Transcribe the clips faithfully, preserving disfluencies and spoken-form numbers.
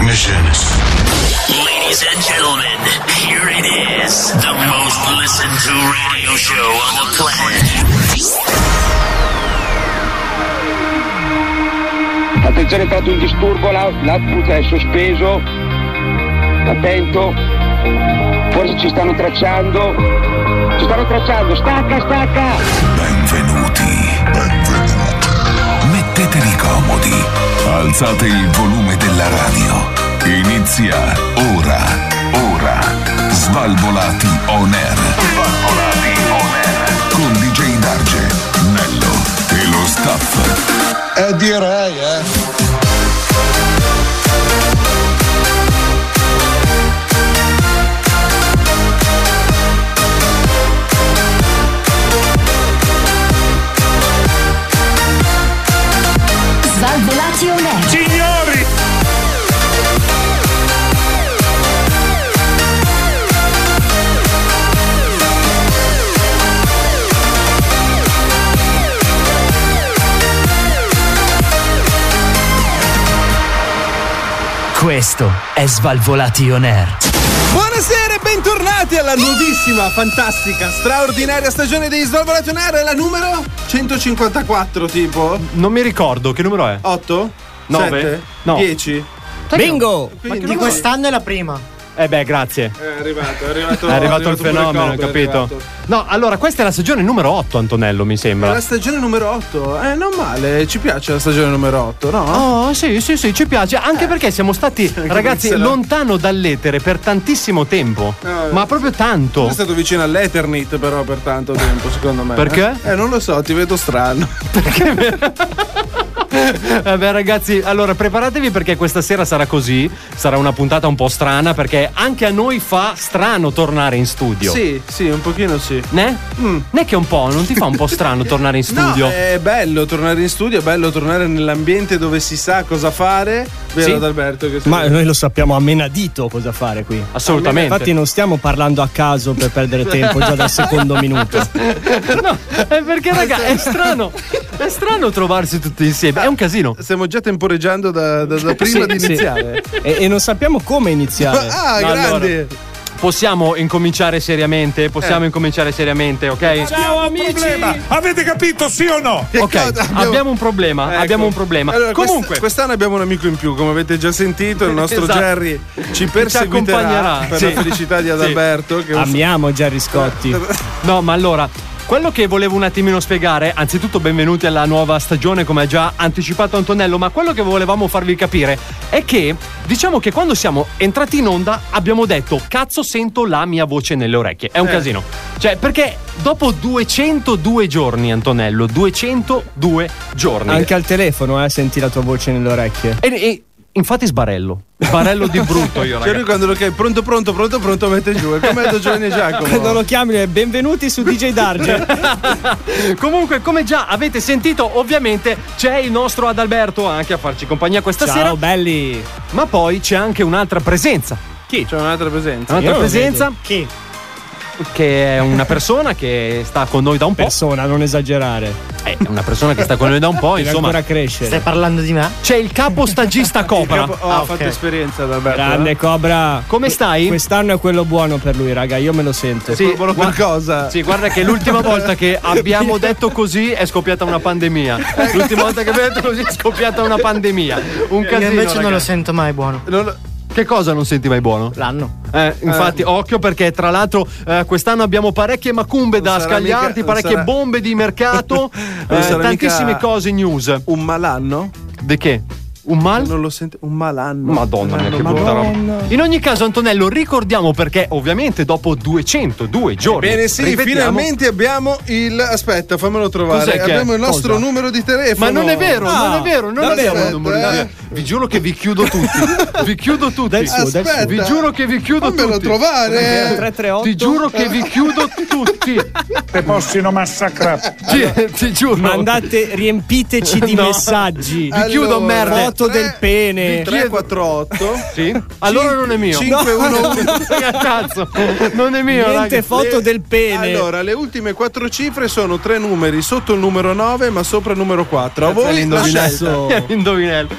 ignition. Ladies and gentlemen, here it is, the most listened to radio show on the planet. Attenzione, è stato un disturbo, l'output è sospeso. Attento, forse ci stanno tracciando. Ci stanno tracciando, stacca, stacca! Benvenuti, benvenuti. Mettetevi comodi, alzate il volume della radio. Inizia ora, ora, Svalvolati on air. Svalvolati on air. Con D J Darge, Nello e lo staff. Eh direi, eh. Svalvolati on air. Signori! Questo è Svalvolati on air. Buonasera e bentornati alla nuovissima, fantastica, straordinaria stagione di Svalvolati on air. È la numero centocinquantaquattro, tipo? Non mi ricordo, che numero è? otto? nove? sette? No. dieci? Bingo! Quindi- Di quest'anno è la prima. Eh beh, grazie. È arrivato, è arrivato, È arrivato il pure fenomeno, Cobra, è capito? arrivato. No, allora, questa è la stagione numero otto, Antonello, mi È sembra. la stagione numero otto. Eh, non male, ci piace la stagione numero otto, no? Oh, sì, sì, sì, ci piace. Anche perché siamo stati, ragazzi, perché se no- lontano dall'etere per tantissimo tempo. No, Ma proprio tanto. Sei stato vicino all'Eternit però per tanto tempo, secondo me. Perché? Eh, Eh, non lo so, ti vedo strano. Vabbè, ragazzi, allora preparatevi perché questa sera sarà così. Sarà una puntata un po' strana perché anche a noi fa strano tornare in studio. Sì, sì, un pochino sì. Ne? Mm. Ne che un po', non ti fa un po' strano tornare in studio? No, è bello tornare in studio, è bello tornare nell'ambiente dove si sa cosa fare. Vero, Sì. Adalberto? Che Ma noi lo sappiamo a menadito cosa fare qui. Assolutamente. Infatti non stiamo parlando a caso per perdere tempo già dal secondo minuto. No, è perché, raga, è strano. È strano trovarsi tutti insieme. È un casino. Stiamo già temporeggiando da, da- da prima Sì, di sì. iniziare. E, e non sappiamo come iniziare. Ah, No, grande! Possiamo incominciare seriamente? Possiamo Eh. incominciare seriamente, ok? Ciao amici! Problema. Avete capito sì o no? Che Ok, cosa? abbiamo... un problema. Ecco. Abbiamo un problema. Allora, Comunque, quest- quest'anno abbiamo un amico in più, come avete già sentito, il nostro Esatto. Jerry ci Ci perseguiterà accompagnerà. per Sì. la felicità di Sì. Adalberto. Che è un- Amiamo Gerry Scotti. no, ma allora. Quello che volevo un attimino spiegare, anzitutto benvenuti alla nuova stagione come ha già anticipato Antonello, ma quello che volevamo farvi capire è che diciamo che quando siamo entrati in onda abbiamo detto cazzo sento la mia voce nelle orecchie, è un Eh. casino, cioè perché dopo duecentodue giorni Antonello, duecentodue giorni Anche al telefono, eh, senti la tua voce nelle orecchie. e, e infatti sbarello, sbarello di brutto io Cioè lui ragazzi. quando lo chiami pronto pronto pronto pronto mette giù, è come detto Giovanni e Giacomo. Quando lo chiami, eh, benvenuti su D J Darge. Comunque, come già avete sentito, ovviamente c'è il nostro Adalberto anche a farci compagnia questa Ciao sera. belli. Ma poi c'è anche un'altra presenza. Chi? C'è un'altra presenza. Un'altra Io lo presenza vedo. Chi? che è una persona che sta con noi da un po'. Persona, non esagerare. È una persona che sta con noi da un po', Deve insomma. ancora crescere. Stai parlando di me? C'è il capo stagista Cobra. Capo- oh, Ah, ha ok. fatto esperienza Adalberto. Grande eh? Cobra. Come stai? Quest'anno è quello buono per lui, raga, io me lo sento. Sì, Buono per cosa? Sì, guarda che l'ultima volta che abbiamo detto così è scoppiata una pandemia. L'ultima volta che abbiamo detto così è scoppiata una pandemia. Un casino. Io invece non lo ragazzi. sento mai buono. Non lo- Che cosa non senti mai buono? L'anno. Eh, infatti, occhio perché tra l'altro eh, quest'anno abbiamo parecchie macumbe da Non sarà scagliarti, mica- non parecchie sarà- bombe di mercato, Non eh, sarà tantissime mica cose news. Un malanno? Di che? Un mal? Non lo sente. Un malanno. Madonna mia, che Malanno, brutta roba. Madonna. In ogni caso, Antonello, ricordiamo perché ovviamente dopo duecentodue giorni. Bene, sì, ripetiamo- finalmente abbiamo il. Aspetta, fammelo trovare. Cos'è che è? Abbiamo il nostro Cosa? numero di telefono. Ma non è vero, Ah, non è vero, non è davvero? vero. il numero di- Aspetta, eh. Vi giuro che vi chiudo tutti. Vi chiudo tutti. Del suo, del Aspetta. suo. Vi giuro che vi chiudo Fammelo tutti. trovare. tre tre otto. Ti giuro che vi chiudo tutti. Te possino massacrare. Ti, ti giuro. Mandate, riempiteci di No. messaggi. Vi chiudo, Allora, merda. Foto del pene. tre quattro otto Sì? Allora non è mio. cinque uno uno. Cazzo, non è mio. Niente raga. foto Le- del pene. Allora, le ultime quattro cifre sono tre numeri sotto il numero nove, ma sopra il numero quattro. A Cazzo, è voi la l'indovinello. scelta. Adesso- È l'indovinello. In ogni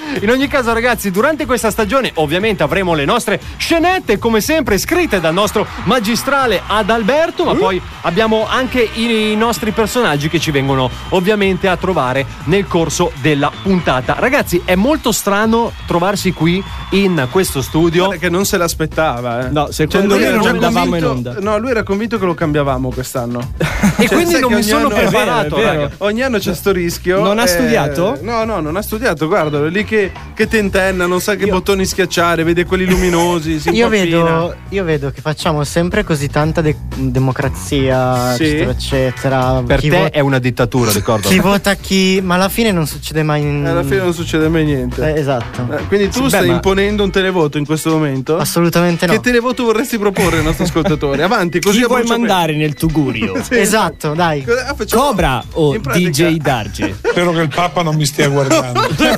ogni caso, ragazzi, durante questa stagione ovviamente avremo le nostre scenette, come sempre scritte dal nostro magistrale Adalberto, ma uh. poi abbiamo anche i, i nostri personaggi che ci vengono ovviamente a trovare nel corso della puntata. Ragazzi, è molto strano trovarsi qui in questo studio. Guarda che non se l'aspettava, eh. No, secondo cioè, me non andavamo in onda. No, lui era convinto che lo cambiavamo quest'anno. E cioè, quindi non mi sono anno, preparato. È vero, è vero. Ogni anno c'è sto rischio. Non ha eh, studiato? No, no, non ha studiato. Guardalo, è lì che, che tentenna, non sa che io... bottoni schiacciare, vede quelli luminosi. Si io, vedo, io vedo che facciamo sempre così tanta de- democrazia, sì. eccetera, eccetera. Per chi te vo- è una dittatura, ricordo. Chi vota chi, ma alla fine non succede mai. In... Alla fine non succede mai niente. Eh, esatto. Eh, quindi tu sì, stai beh, ma... imponendo un televoto in questo momento? Assolutamente no. Che televoto vorresti proporre ai nostri ascoltatori? Avanti, così chi vuoi mandare per... nel tugurio? Sì, esatto, dai. Ah, facciamo... Cobra o pratica... D J Darge? Spero che il Papa non mi stia guardando.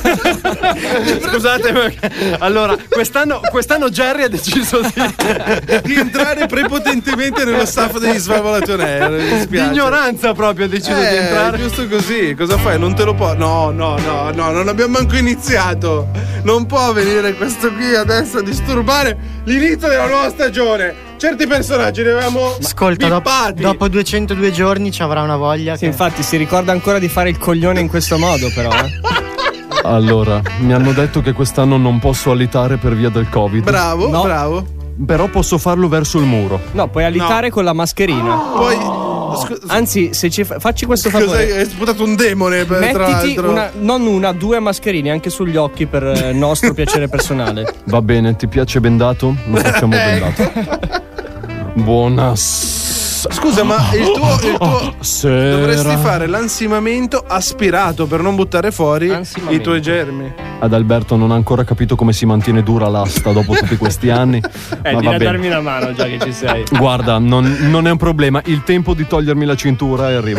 Scusate, perché... allora quest'anno, quest'anno Jerry ha deciso di, di entrare prepotentemente nello staff degli Svalvolation Air. Di ignoranza proprio ha deciso eh, di entrare. Giusto così, cosa fai? Non te lo può. No, no, no, no, non abbiamo manco iniziato. Non può venire questo qui adesso a disturbare l'inizio della nuova stagione. Certi personaggi li avevamo Ascolta, dopo, dopo duecentodue giorni ci avrà una voglia. Sì, che... infatti si ricorda ancora di fare il coglione in questo modo, però. Eh. Allora, mi hanno detto che quest'anno non posso alitare per via del Covid. Bravo, no. bravo. Però posso farlo verso il muro. No, puoi alitare no. con la mascherina. Poi scu- Anzi, se ci fa- facci questo favore. Hai sputato un demone per mettiti una, non una, due mascherine anche sugli occhi per eh, nostro piacere personale. Va bene, ti piace bendato? Lo facciamo bendato. Buonasera. Scusa, ma il tuo, il tuo Sera. dovresti fare l'ansimamento aspirato per non buttare fuori i tuoi germi. Adalberto non ha ancora capito come si mantiene dura l'asta dopo tutti questi anni. Eh, ma di va bene. darmi una mano già che ci sei. Guarda, non, non è un problema, il tempo di togliermi la cintura e arrivo.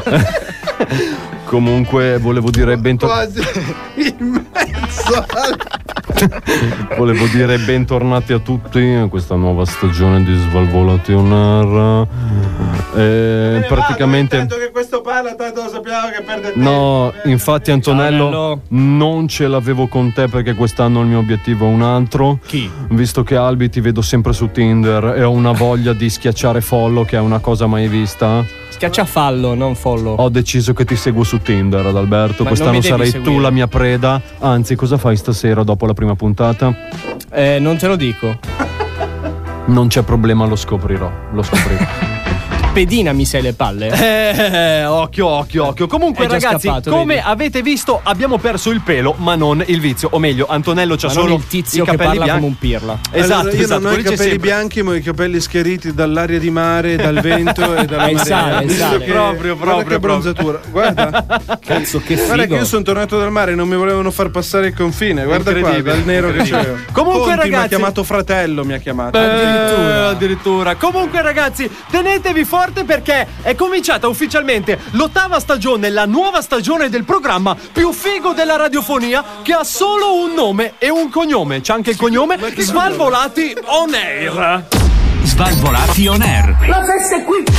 Comunque volevo dire bentornati. Quasi in mezzo al... Volevo dire bentornati a tutti a questa nuova stagione di Svalvolation Air. Eh, praticamente tanto che questo parla, tanto lo sappiamo che perde tempo. No, infatti Antonello, Ciao, non ce l'avevo con te perché quest'anno il mio obiettivo è un altro. Chi? Visto che Albi ti vedo sempre su Tinder e ho una voglia di schiacciare follow che è una cosa mai vista. Schiaccia fallo, non follow. Ho deciso che ti seguo su Tinder, Adalberto. Ma quest'anno sarai seguire. tu la mia preda. Anzi, cosa fai stasera dopo la prima puntata? Eh, non te lo dico. Non c'è problema, lo scoprirò. Lo scoprirò. Pedinami sei le palle. Eh, occhio, occhio, occhio. Comunque, È già ragazzi, scappato, come vedi? avete visto, abbiamo perso il pelo, ma non il vizio. O meglio, Antonello c'ha Ma solo non il tizio i che capelli parla bianchi. come un pirla. Esatto, allora, io esatto. non ho i quelli c'è capelli sempre. bianchi, ma ho i capelli schiariti dall'aria di mare, dal vento e dalla È il marea. sale, è il Visto sale. che- Proprio, guarda proprio, che bronzatura. Guarda, Cazzo, che guarda che figo. io sono tornato dal mare, non mi volevano far passare il confine. Guarda qua, Incredibile, dal nero che incredibile. c'è. Comunque, Conti mi ha ragazzi- chiamato fratello, mi ha chiamato. Addirittura. addirittura. Comunque, ragazzi, tenetevi forte perché è cominciata ufficialmente l'ottava stagione, la nuova stagione del programma più figo della radiofonia che ha solo un nome e un cognome. C'è anche il cognome Svalvolati On Air. Svalvolati On Air. La festa è qui!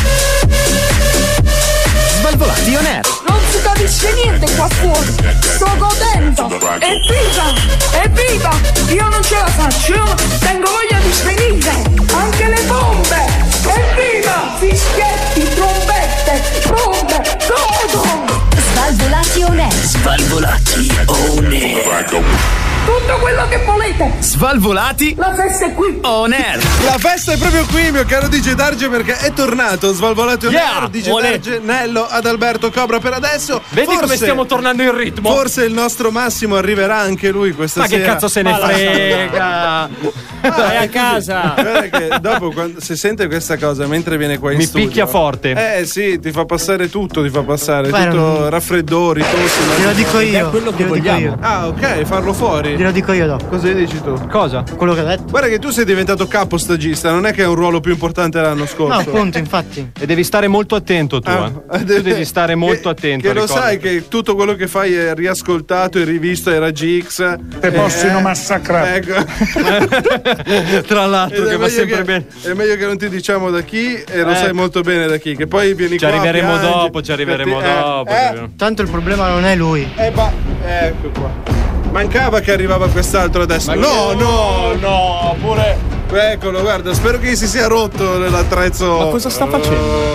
Svalvolati On Air. Non si capisce niente qua fuori! Sto godendo! Evviva! Evviva! Io non ce la faccio! Io tengo voglia di svenire! Anche le bombe! Evviva! Fischietti, trombette, bombe, godo! Svalvolati On Air. Svalvolati On Air. Tutto quello che volete! Svalvolati La festa è qui! On Air. La festa è proprio qui, mio caro D J Darge, perché è tornato Svalvolati On Yeah, Air, D J olè. Darge, Nello, Adalberto, Cobra per adesso. Vedi forse, come stiamo tornando in ritmo? Forse il nostro Massimo arriverà anche lui questa Ma sera. che cazzo se ne Ma la- frega? Vai a è così. casa. Guarda che dopo, quando, se sente questa cosa mentre viene qua in Mi studio, picchia forte. Eh sì, ti fa passare tutto, ti fa passare Guarda, tutto, non- raffreddori, tossi. mal Glielo di dico gola. io. È quello che glielo dico vogliamo. io. Ah, ok, farlo fuori. Glielo dico io dopo. Cosa dici tu? Cosa? Quello che ho detto. Guarda che tu sei diventato capo stagista, non è che è un ruolo più importante l'anno No, scorso. appunto, infatti. E devi stare molto attento tu, Ah, eh. Tu devi stare molto che, attento. Che lo ricordati. sai che tutto quello che fai è riascoltato e rivisto ai Raggi X. Te possono massacrare. Ecco. Tra l'altro, Ed che è va meglio sempre che, bene. è meglio che non ti diciamo da chi e lo Eh. sai molto bene da chi. Che poi vieni Ci qua. arriveremo piangi, dopo, ci arriveremo perché- eh, dopo. Eh, Tanto il problema non è lui. eh, ba- ecco qua. Mancava che arrivava quest'altro adesso. Ma no, che- no, no, pure. Eccolo, guarda, spero che si sia rotto l'attrezzo. Ma cosa sta facendo?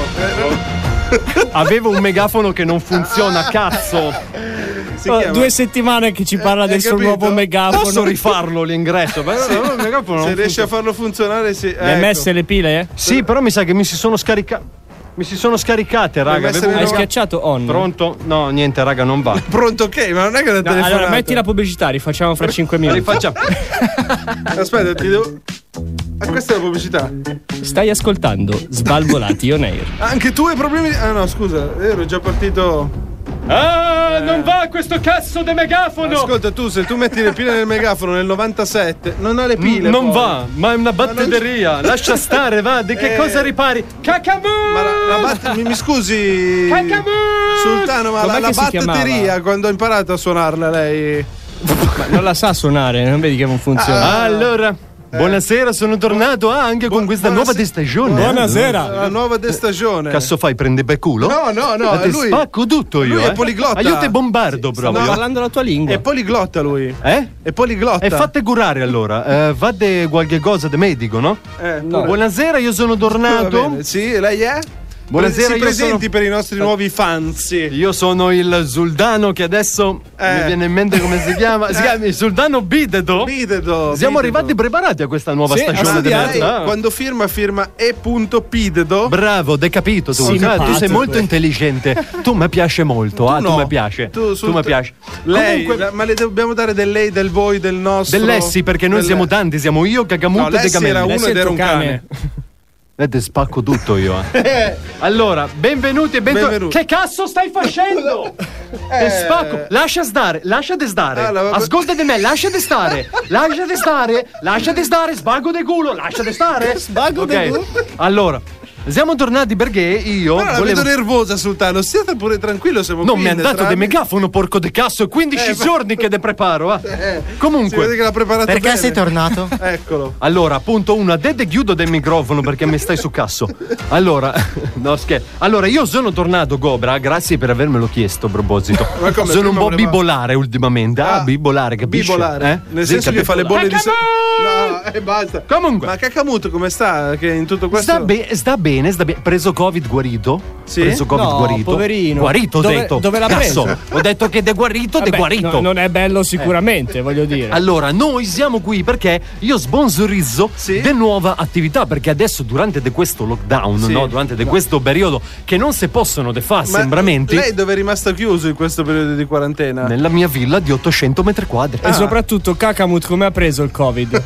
Avevo un megafono che non funziona, cazzo. Si Oh, chiama- due settimane che ci parla Eh, del hai suo capito? nuovo megafono. Posso rifarlo l'ingresso? Beh, no, no, il megafono non Se riesci funziona. a farlo funzionare, sì. Le hai ecco. messe le pile, eh? Sì, però mi sa che mi si sono scaricate. Mi si sono scaricate, raga. messe Avevo un le- Hai mega- schiacciato on? Pronto? No, niente, raga, non va. Pronto, ok, ma non è che la No, telefonata. allora metti la pubblicità, rifacciamo fra cinque minuti. Rifacciamo. Aspetta, ti devo. Ah, questa è la pubblicità. Stai ascoltando Svalvolati on air. Anche tu hai problemi di. Ah no, scusa, ero già partito. Ah, non va questo cazzo di megafono! Ascolta, tu se tu metti le pile nel megafono nel novantasette, non ha le pile. non poi. va, ma è una batteria. Lascia stare, va. Di che Eh. cosa ripari? Cacamù! Ma la, la bat- mi, mi scusi. Cacamù! Sultano, ma Com'è la, la che si batteria chiamava? quando ha imparato a suonarla lei. Ma non la sa suonare, non vedi che non funziona. Allora, buonasera, sono tornato ah, anche con questa nuova di stagione. Buonasera. La nuova de stagione. Cazzo fai, prendi per culo? No, no, no, Ma ti lui- spacco tutto io. lui è eh. poliglotta. Ah, io te bombardo Sto proprio. parlando la tua lingua. È poliglotta lui. Eh? È poliglotta. E fate curare allora. Eh, fate qualche cosa di medico, no? Eh, No. Buonasera, io sono va tornato. bene. Sì, lei è? Buonasera, si io presenti sono- per i nostri nuovi fans. Io sono il Zuldano che adesso Eh. mi viene in mente come si chiama. Si Eh. chiama il Zuldano Bidedo. Bidedo. Siamo Bidedo. arrivati preparati a questa nuova Sì, stagione ah, di lei- mezzo. Ah. Quando firma, firma e.pidedo. Bravo, decapito tu. Simpatico. Tu sei molto intelligente. Tu mi piace molto. Ah, tu no. mi piace. Tu, Tu, sul- mi piace. Lei, Comunque, la- ma le dobbiamo dare del lei, del voi, del nostro. dell'Essi, perché noi del- siamo tanti. Siamo io, Cagamut No, e De Lessi era Camelli. uno Lessi ed è era il un tuo cane. cane. E te spacco tutto io. eh. Allora, benvenuti e bentornati. Benvenuti. Che cazzo stai facendo? Te spacco. Lascia stare, lasciate stare. Ah, la- Ascolta di me, lasciate stare. Lasciate stare, lasciate stare, sbago de culo, lasciate stare. Sbago Ok. de culo. Allora, siamo tornati perché io Però la volevo... vedo nervosa, Sultano. State pure tranquillo, siamo Non qui mi è andato entrambi. di megafono, porco de cazzo, è quindici Eh, ma- giorni che te preparo. eh. Si vede Comunque, che l'ha preparato Perché bene. sei tornato? Eccolo. allora, punto uno, a te te chiudo del microfono perché mi stai su cazzo. Allora, no scherzo. Allora, io sono tornato, Gobra, grazie per avermelo chiesto a proposito. Ma come, Sono un prima po' voleva- bibolare ultimamente. Ah, Ah, bibolare, capisci? Bibolare. Eh? Nel Sì, senso che capito? fa le bolle di se- Cacamut! No, e basta. Comunque. Ma Cacamuto come sta? Che in tutto questo. Sta, be- sta bene, sta bene. Preso Covid guarito. Sì? Preso Covid No, guarito. poverino. Guarito, ho Dove- detto. dove l'ha Cazzo, preso? ho detto che de guarito, de Vabbè, guarito. no, non è bello sicuramente, voglio dire. Allora, noi siamo qui perché io sponsorizzo Sì? de nuova attività, perché adesso durante de questo lockdown, Sì. no? Durante de questo periodo che non si possono de fare Ma sembramenti lei dove è rimasta chiuso in questo periodo di quarantena? nella mia villa di ottocento metri quadri. E soprattutto Kakamut come ha preso il Covid?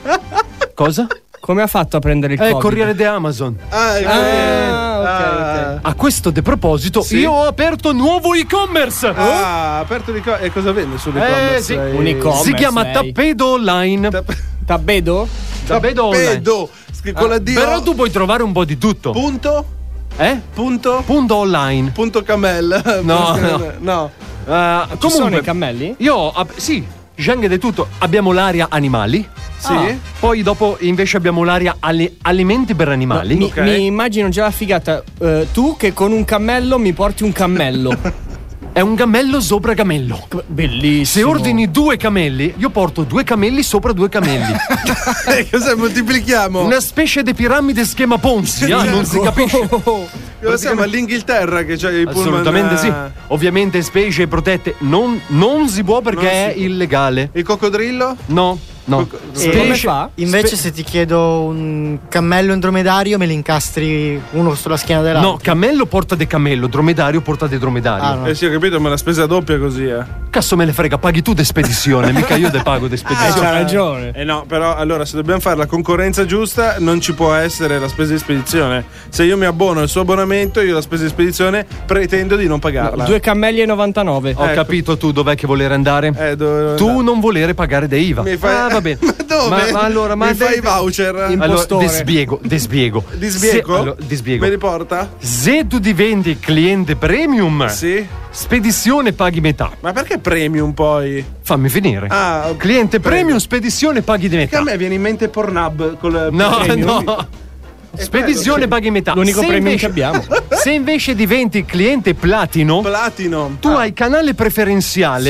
Cosa? Come ha fatto a prendere il È il Covid? Corriere di Amazon. Ah, è Ah, ok, ah. A questo de proposito, Sì? io ho aperto nuovo e-commerce. Ah, aperto di co- e cosa vende sull'e-commerce? Eh, sì. Lei? Un e-commerce. Si chiama lei. Tappedo Online. Tabbedo? Tappedo Online. Pedo. Sc- Con la Ah, D. però tu puoi trovare un po' di tutto. Punto? Eh? Punto? Punto online. Punto camel. No, Perché- no. Uh, Ci sono i cammelli? Io ho- ab- sì, c'è anche di tutto. Abbiamo l'area animali. Sì? Ah, poi dopo invece abbiamo l'area ali- alimenti per animali. Mi, Ok. mi immagino già la figata. eh, tu che con un cammello mi porti un cammello. È un cammello sopra camello. Bellissimo. Se ordini due camelli, io porto due camelli sopra due camelli. Eh, Cosa moltiplichiamo? Una specie di piramide schema Ponzi, ah, non si capisce. Cosa siamo all'Inghilterra che c'è i pullman? Assolutamente sì. eh, Ovviamente specie protette non, non si può perché Non si è può. illegale. Il coccodrillo? No, no. Co- E come fa? Invece, se ti chiedo un cammello in dromedario, me li incastri uno sulla schiena dell'altro. No, cammello porta de cammello, dromedario porta de dromedario. Ah, no. Eh sì, ho capito, ma la spesa doppia così, eh. Cazzo me le frega, paghi tu de spedizione, mica io te pago de Eh, spedizione. c'ha ragione. Eh no, però allora se dobbiamo fare la concorrenza giusta non ci può essere la spesa di spedizione. Se io mi abbono al suo abbonamento, io la spesa di spedizione pretendo di non pagarla. Due cammelli e novantanove. Ho ecco. capito tu dov'è che voler andare. Eh, dove- Tu non volere pagare de I V A. Mi fai- Ah, va bene. Ma dove? Ma, ma allora, ma Mi fai i de- voucher? Allora, Impostore. ti spiego, ti spiego. Di sbiego? Se, allora, ti spiego. Me li porta? Se tu diventi cliente premium, Sì. spedizione paghi metà. Ma perché premium poi? Fammi finire. Ah, ok. Cliente Prego. premium, spedizione paghi di Che metà. a me viene in mente Pornhub col No, premium. no. Spedizione paghi metà. L'unico Se premium invece- che abbiamo. Se invece diventi cliente platino, Platino. tu Ah, hai canale preferenziale Sì.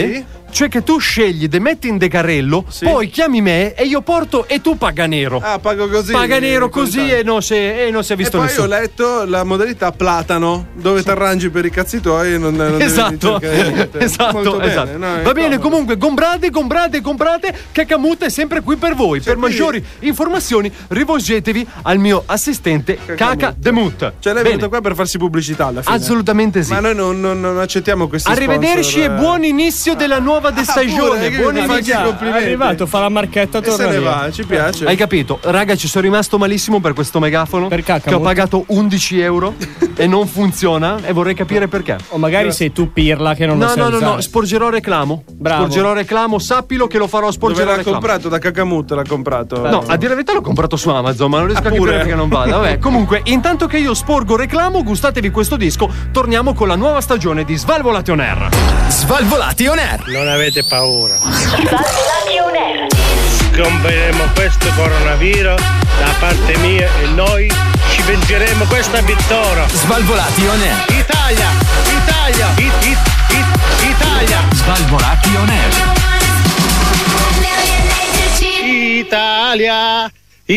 Cioè che tu scegli, de metti in decarello, sì. poi chiami me e io porto e tu paga nero. Ah, pago così. Paga nero così e non si e non si è visto e poi nessuno. Ho letto la modalità platano, dove sì. ti arrangi per i cazzi tuoi e non, non esatto. devi esatto, bene, esatto. No, Va comodo. bene, comunque comprate, comprate, comprate, che Camut è sempre qui per voi. C'è per qui... maggiori informazioni rivolgetevi al mio assistente Caca Demut. Cioè lei è venuta qua per farsi pubblicità alla fine. Assolutamente sì. Ma noi non, non, non accettiamo questi Arrivederci sponsor. E buon inizio della nuova de stagione. Ah, pure, buon inizio. È arrivato, fa la marchetta, torna e se ne via. va, ci piace. Hai capito? Raga, ci sono rimasto malissimo per questo megafono. Per che ho pagato undici euro e non funziona e vorrei capire perché. O magari sei tu pirla che non no, lo sai No, no, usare. no, sporgerò reclamo. Bravo. Sporgerò reclamo, sappilo che lo farò sporgerò Dove l'ha reclamo. comprato? Da Cacamut l'ha comprato. No, a dire la verità l'ho comprato su Amazon, ma non riesco ah, a capire pure. perché non vada. Vabbè, comunque, intanto che io sporgo reclamo, gustatevi questo disco, torniamo con la nuova stagione di Svalvolati on Air. Svalvolati on Air. Non avete paura. Svalvolati on Air. Scomperemo questo coronavirus da parte mia e noi ci vengeremo questa vittoria. Svalvolati on Air. Italia, Italia, it, it, it, Italia. Svalvolati on Air. Italia,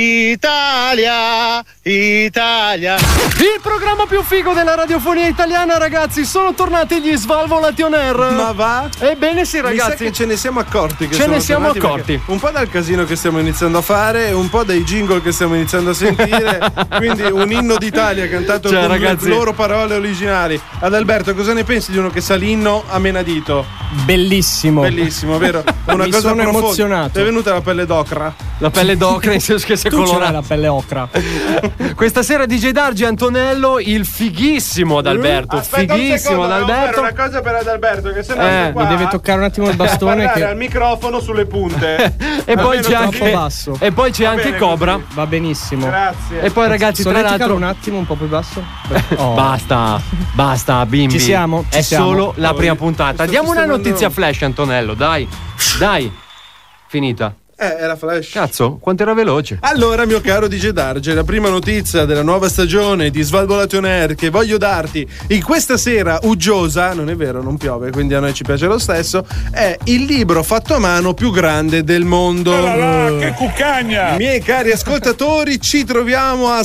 Italia, Italia. Il programma più figo della radiofonia italiana, ragazzi, sono tornati gli Svalvolati on Air. Ma va? Ebbene sì, ragazzi. Mi sa che ce ne siamo accorti che Ce sono ne siamo accorti. Un po' dal casino che stiamo iniziando a fare, un po' dai jingle che stiamo iniziando a sentire. Quindi un inno d'Italia cantato cioè, con ragazzi... le loro parole originali. Ad Alberto, cosa ne pensi di uno che sa l'inno a menadito? Bellissimo. Bellissimo, vero? Una Mi cosa sono profonda. emozionato. Ti è venuta la pelle d'ocra? La pelle d'ocra, nel senso che si è tu colorata. la pelle ocra. Questa sera D J Dargi Antonello, il fighissimo Adalberto. Aspetta fighissimo un secondo, Adalberto. una cosa per Adalberto, che se no Eh, qua mi deve toccare un attimo il bastone. a che... al microfono sulle punte. e, poi c'è anche, basso. e poi c'è Va anche bene Cobra. così. Va benissimo. Grazie. E poi ragazzi, tra l'altro un attimo un po' più basso. Oh. Basta, basta, bimbi. Ci siamo, ci È siamo. solo la Poi, prima puntata. Diamo una sistemando... notizia flash, Antonello, dai. Dai. Finita. Eh, era flash. Cazzo, quanto era veloce. Allora, mio caro D J Darge, la prima notizia della nuova stagione di Svalvolati on Air che voglio darti in questa sera uggiosa, non è vero, non piove, quindi a noi ci piace lo stesso, è il libro fatto a mano più grande del mondo. Oh là là, che cuccagna! Miei cari ascoltatori, ci troviamo a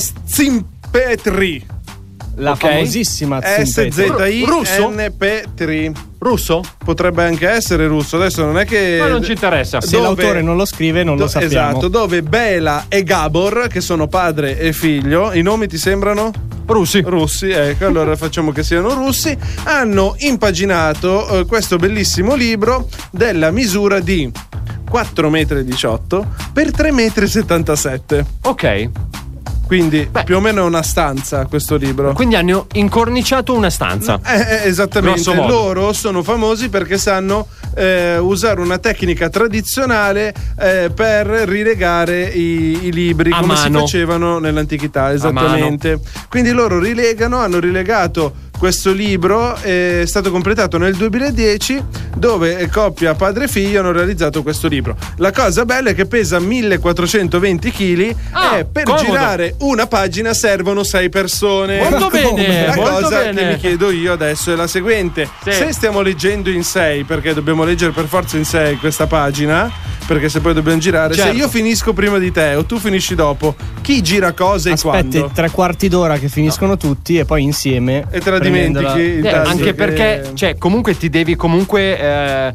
Zimpetri. La Ok. famosissima S Z I N P tre. Russo? Potrebbe anche essere russo, adesso non è che. Ma non ci interessa. Se Dove- l'autore non lo scrive non lo Do- sappiamo. Esatto, dove Bela e Gabor, che sono padre e figlio, i nomi ti sembrano? Russi. Russi, ecco, allora facciamo che siano russi, hanno impaginato eh, questo bellissimo libro della misura di quattro virgola diciotto metri per tre virgola settantasette metri. Ok. Quindi Beh. più o meno è una stanza questo libro. Quindi hanno incorniciato una stanza. Eh, eh, esattamente, Grosso modo. loro sono famosi perché sanno eh, usare una tecnica tradizionale eh, per rilegare i, i libri A come mano. si facevano nell'antichità, esattamente. Quindi loro rilegano, hanno rilegato questo libro, è stato completato nel duemiladieci, dove coppia padre e figlio hanno realizzato questo libro. La cosa bella è che pesa millequattrocentoventi chili Ah, e per comodo. girare una pagina servono sei persone. Molto bene, La molto cosa bene. che mi chiedo io adesso è la seguente: Sì. se stiamo leggendo in sei, perché dobbiamo leggere per forza in sei questa pagina, perché se poi dobbiamo girare, Certo. se io finisco prima di te o tu finisci dopo, chi gira cosa e Aspetti quando? tre quarti d'ora che finiscono tutti e poi insieme E te la prendendola- dimentichi? Eh, Intanto anche che- perché, cioè, comunque ti devi comunque eh,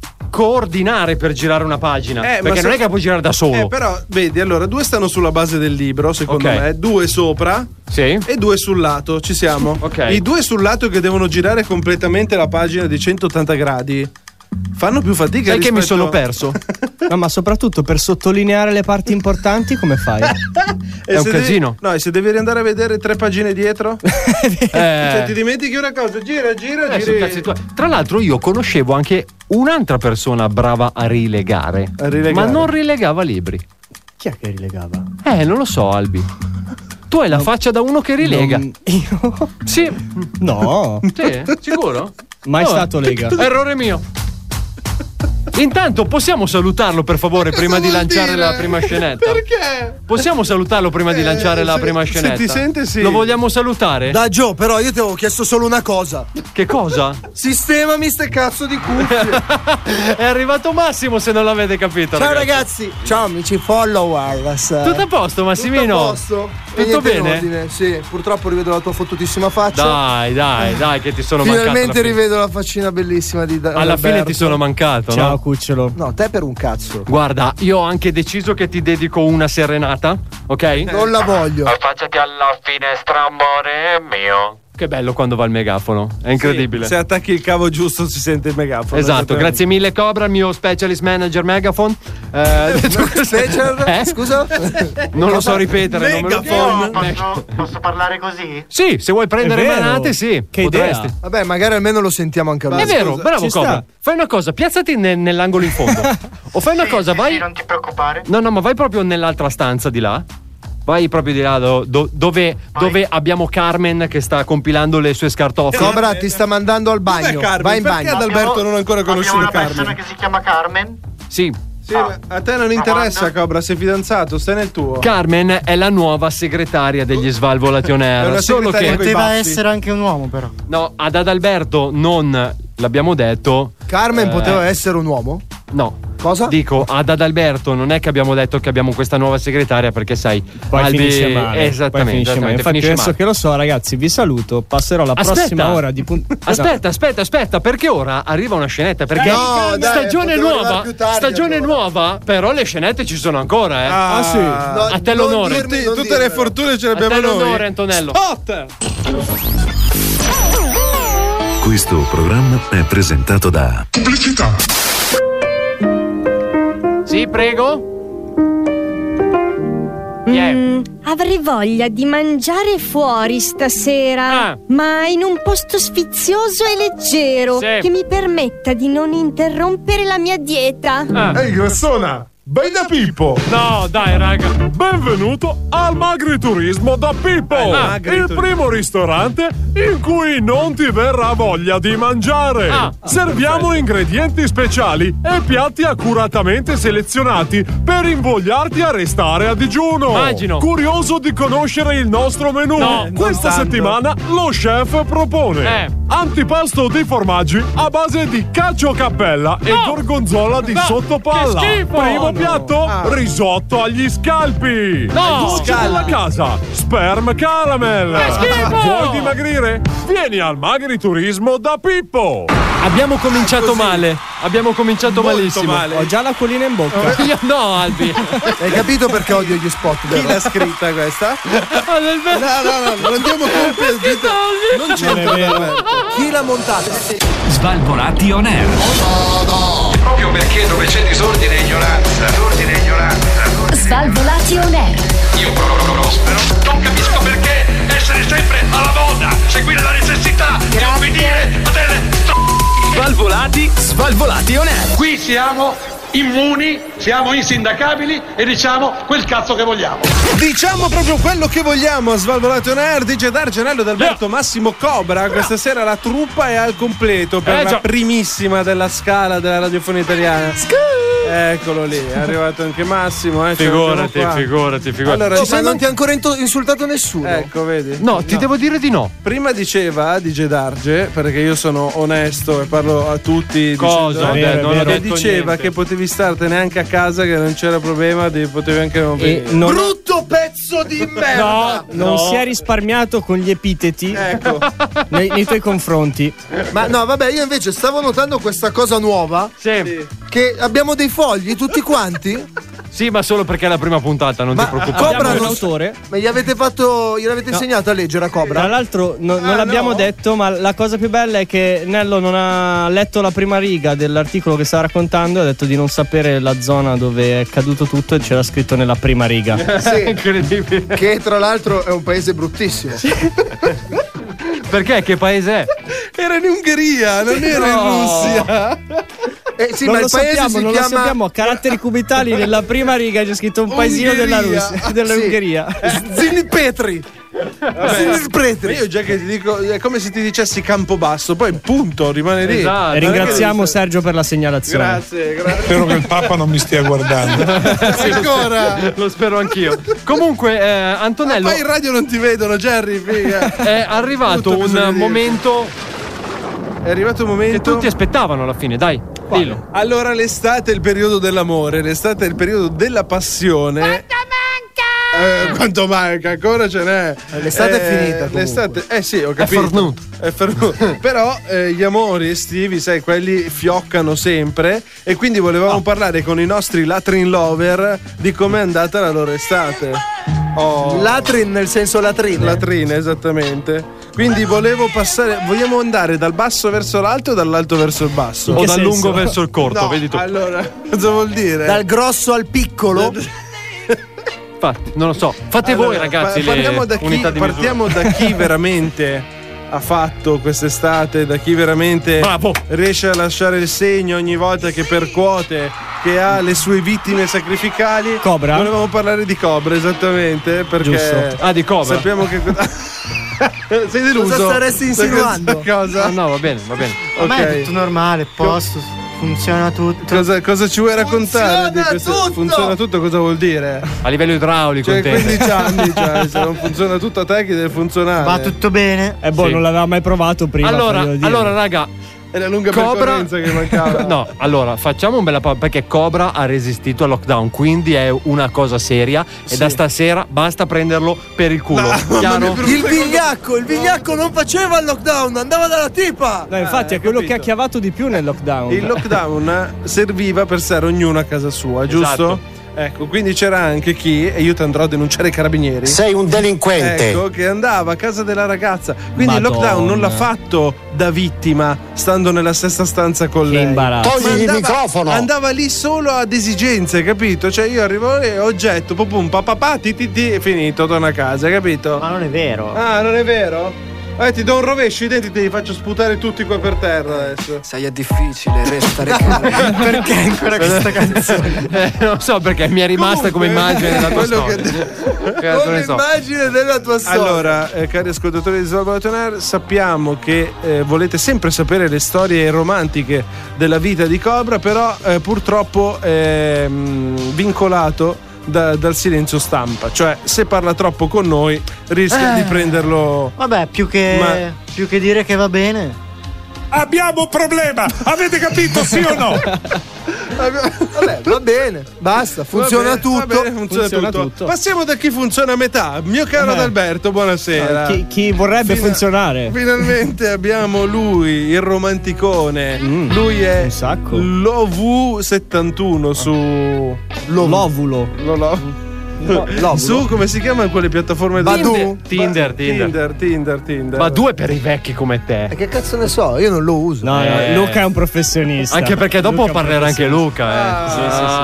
coordinare per girare una pagina. Eh, ma perché se- non è che la puoi girare da solo. Eh, però, vedi, allora, due stanno sulla base del libro, secondo Ok. me, due sopra Sì. e due sul lato, ci siamo. Ok. I due sul lato che devono girare completamente la pagina di centottanta gradi fanno più fatica. Sai che mi rispetto- sono perso? No, ma soprattutto per sottolineare le parti importanti come fai? E È un se devi- casino. No, e se devi andare a vedere tre pagine dietro? Eh, Cioè, ti dimentichi una cosa, gira, gira, eh, gira. sono cazzi tuoi. Tra l'altro io conoscevo anche un'altra persona brava a rilegare, A rilegare. ma non rilegava libri. Chi è che rilegava? Eh, non lo so, Albi. Tu hai la faccia da uno che rilega. Non- Io? Sì. No, Sì, sicuro? mai Oh. stato lega. Errore mio. Intanto possiamo salutarlo per favore prima di lanciare dire? la prima scenetta? Perché? Possiamo salutarlo prima di lanciare Eh, la se- prima se scenetta? ti sente, sì. Lo vogliamo salutare? Da Gio, però io ti avevo chiesto solo una cosa. Che cosa? Sistemami ste cazzo di cuffie. È arrivato Massimo, se non l'avete capito. Ciao ragazzi. ragazzi. Ciao amici followers. Tutto a posto, Massimino? Tutto a posto. Tutto E niente in bene? ordine. Sì, purtroppo rivedo la tua fottutissima faccia. Dai, dai, dai, che ti sono mancato. Finalmente alla fine. rivedo la faccina bellissima di Alla Alberto. fine ti sono mancato, Ciao no? cucciolo. No, te per un cazzo. Guarda, io ho anche deciso che ti dedico una serenata, ok? Non la voglio. Affacciati alla finestra, amore mio. Che bello quando va il megafono, è incredibile. Se attacchi il cavo giusto si sente il megafono. Esatto, grazie mille Cobra, il mio specialist manager Megaphone. Eh, detto questo- Special? Eh? Scusa? Non lo so ripetere. non me lo- Io posso, posso parlare così? Sì, se vuoi prendere È vero. manate, sì. Che potresti. idea. Vabbè, magari almeno lo sentiamo anche noi. È vero, Scusa. bravo ci Cobra. sta. Fai una cosa, piazzati ne- nell'angolo in fondo. O fai una Sì, cosa, sì, vai. sì, non ti preoccupare. No, no, ma vai proprio nell'altra stanza di là. Vai proprio di là do- do- dove, dove abbiamo Carmen che sta compilando le sue scartoffie. Cobra ti sta mandando al Dov'è bagno. Carmen? Vai in Perché bagno. Adalberto non ha ancora Abbiamo conosciuto una persona Carmen? che si chiama Carmen. Sì. Sì, ma a te non interessa, Cobra, sei fidanzato, stai nel tuo. Carmen è la nuova segretaria degli Svalvolati on È Air. una Solo segretaria che coi Poteva baffi. essere anche un uomo, però. no, ad Adalberto non l'abbiamo detto. Carmen Eh, poteva essere un uomo? No. Cosa? Dico, ad Adalberto non è che abbiamo detto che abbiamo questa nuova segretaria perché sai, Poi Albi- finisce male. Esattamente, Poi finisce male. esattamente, Infatti finisce adesso male. che lo so, ragazzi, vi saluto. Passerò la Aspetta. prossima ora di puntata. Aspetta, aspetta, aspetta, perché ora arriva una scenetta? Perché No, dai, stagione poteva arrivare nuova, più tardi, stagione allora. nuova, però le scenette ci sono ancora, eh. Ah, sì. No, A te non l'onore. dirmi- Tutti- non tutte le dirmelo. fortune ce le A te abbiamo l'onore, noi. Antonello. Spot! Questo programma è presentato da Pubblicità. Sì, prego. Yeah. Mm, avrei voglia di mangiare fuori stasera, Ah. ma in un posto sfizioso e leggero Sì. che mi permetta di non interrompere la mia dieta. Ah. Ehi, grassona, vai da Pippo. No, dai, raga. Benvenuto al Magriturismo da Pippo, Eh, il Magriturismo. primo ristorante in cui non ti verrà voglia di mangiare. Ah, Serviamo ingredienti speciali e piatti accuratamente selezionati per invogliarti a restare a digiuno. Immagino. Curioso di conoscere il nostro menù? No, Questa non tanto. settimana lo chef propone Eh. antipasto di formaggi a base di cacio cappella e No. gorgonzola di No, sottopalla. che schifo. Primo No. piatto, Ah. risotto agli scalpi. No. Dolce Scalpi. della casa, sperm caramel. Che schifo. Vuoi dimagrire? Vieni al Magriturismo da Pippo. Abbiamo cominciato male. Abbiamo cominciato Molto malissimo. male. Ho già l'acquolina in bocca. Io no, Albi. Hai capito perché odio gli spot? Chi vero? l'ha scritta questa? Adalberto. No, no, no, non diamo colpe al dito. Non c'entra Adalberto. Chi l'ha montata? Svalvolati on Air. Proprio perché dove c'è disordine e ignoranza, disordine e ignoranza, Svalvolati on Air. io prospero. Non capisco perché essere sempre alla moda, seguire la necessità di obbedire a delle Svalvolati, Svalvolati on Air. Qui siamo immuni, siamo insindacabili e diciamo quel cazzo che vogliamo. Diciamo proprio quello che vogliamo a Svalvolato on Air, D J D'Argenello ed Alberto Massimo Cobra. Questa sera la truppa è al completo per Eh, la già. primissima della scala della radiofonia italiana. Eccolo lì, è arrivato anche Massimo. Eh, ce Figurati, l'abbiamo qua. figurati, figurati. Allora, Oh, ci ma sono- non ti ha ancora into- insultato nessuno. Ecco, vedi? No, ti devo dire di no. Prima diceva D J Darge, perché io sono onesto e parlo a tutti. Cosa? dicendo- Vero, che vero. detto diceva niente. che potevi startene anche a casa, che non c'era problema, di, potevi anche non E venire. non, Brutto pezzo di merda! non No. si è risparmiato con gli epiteti Ecco. nei, nei tuoi confronti. Ma no, vabbè, io invece stavo notando questa cosa nuova. Sì. Che abbiamo dei fogli tutti quanti. Sì, ma solo perché è la prima puntata, non Ma ti preoccupare. Cobra Abbiamo un non- autore. Ma gli avete fatto. Gliel'avete No. insegnato a leggere a Tra Cobra? l'altro no- non Ah, l'abbiamo no? detto, ma la cosa più bella è che Nello non ha letto la prima riga dell'articolo che stava raccontando e ha detto di non sapere la zona dove è caduto tutto e c'era scritto nella prima riga. Sì. Incredibile. Che tra l'altro è un paese bruttissimo. Perché? Che paese è? Era in Ungheria, non era in No. Russia. Eh sì, non ma lo il paese sappiamo, si non chiama. lo sappiamo. A caratteri cubitali nella prima riga c'è scritto un paesino della Ungheria. Russia, dell'Ungheria. Zini Petri. Vabbè, io già che ti dico, è come se ti dicessi Campobasso, poi punto, rimane lì. Esatto. Ringraziamo Sergio per la segnalazione. Grazie, grazie. Spero che il Papa non mi stia guardando. Sì, ancora? Lo spero anch'io. Comunque, eh, Antonello. Ma poi in radio non ti vedono, Jerry, figa. È arrivato Tutto bisogna un dire. momento. È arrivato un momento che tutti aspettavano alla fine, dai. Dillo. Allora, l'estate è il periodo dell'amore, l'estate è il periodo della passione. Quanto manca? Eh, quanto manca? Ancora ce n'è. L'estate è Eh, finita, comunque. L'estate, eh sì, ho capito. fornuto. È fornuto. Però eh, gli amori estivi, sai, quelli fioccano sempre. E quindi volevamo parlare con i nostri latrin lover di com'è andata la loro estate. Oh. Latrin nel senso latrine. Latrine, esattamente. Quindi volevo passare. Vogliamo andare dal basso verso l'alto o dall'alto verso il basso? O dal lungo verso il corto, No, vedi tu. Allora, cosa vuol dire? Dal grosso al piccolo. Infatti, non lo so. Fate Allora, voi, ragazzi, pa- parliamo le da chi, unità di partiamo misura. da chi veramente ha fatto quest'estate, da chi veramente Bravo. riesce a lasciare il segno ogni volta che percuote, che ha le sue vittime sacrificali. Cobra? Volevamo parlare di Cobra, esattamente, perché Giusto. Ah, di Cobra. sappiamo che sei deluso. Cosa staresti da questa insinuando? Cosa? No, no, va bene, va bene. A me Ok. è tutto normale, posto, funziona tutto. Cosa, cosa ci vuoi raccontare? di Funziona questo? tutto! Funziona tutto, cosa vuol dire? A livello idraulico, Cioè, intendo. quindici anni, cioè, se non funziona tutto a te, che deve funzionare? Va tutto bene. Eh, boh, Sì. non l'aveva mai provato prima. Allora, voglio dire. allora, raga, È la lunga Cobra percorrenza che mancava. No, allora facciamo un bella pa- perché Cobra ha resistito al lockdown, quindi è una cosa seria e da stasera basta prenderlo per il culo. No, Chiaro? ma mi- Il vigliacco, il vigliacco non faceva il lockdown, andava dalla tipa. No, infatti Eh, è quello capito. che ha chiavato di più nel lockdown. Il lockdown serviva per stare ognuno a casa sua, giusto? Esatto. Ecco, quindi c'era anche chi, e io ti andrò a denunciare i carabinieri. Sei un delinquente. Ecco, che andava a casa della ragazza. Quindi Madonna. il lockdown non l'ha fatto da vittima, stando nella stessa stanza con Che lei. imbarazzo. Togli Ma il andava- microfono. Andava lì solo ad esigenze, capito? Cioè io arrivo e oggetto, pum papà, ti ti ti, è finito, torna a casa, capito? Ma non è vero. Ah, non è vero? Eh, ti do un rovescio i denti, te li faccio sputare tutti qua per terra adesso. Sai, è difficile restare calmo. Perché ancora questa canzone? Eh, non so perché mi è rimasta come immagine della tua Quello storia. che- Che altro Come ne so. immagine della tua storia. Allora, eh, cari ascoltatori di Svalbard On Air, sappiamo che eh, volete sempre sapere le storie romantiche della vita di Cobra, però eh, purtroppo è mh, vincolato da- dal silenzio stampa. Cioè, se parla troppo con noi, rischia Eh. di prenderlo. Vabbè, più che, Ma- più che dire che va bene. Abbiamo un problema! Avete capito, sì o no? Vabbè, va bene, basta, funziona Va bene, tutto. va bene, funziona, Funziona tutto. tutto. Passiamo da chi funziona a metà. Mio caro Eh. Adalberto, buonasera. Chi, chi vorrebbe Fina- funzionare? Finalmente abbiamo lui, il romanticone. Mm, lui è un sacco. l'O V settantuno su L'ovulo. lo, lo- No, l'ovulo. su come si chiamano quelle piattaforme di Tinder, Tinder, Tinder. Tinder, Tinder, Tinder. Ma due per i vecchi come te. E che cazzo ne so, io non lo uso. No, no, Eh. Luca è un professionista. Anche perché dopo Luca è un parlerà anche professionista. Luca, eh. Ah. Sì, sì,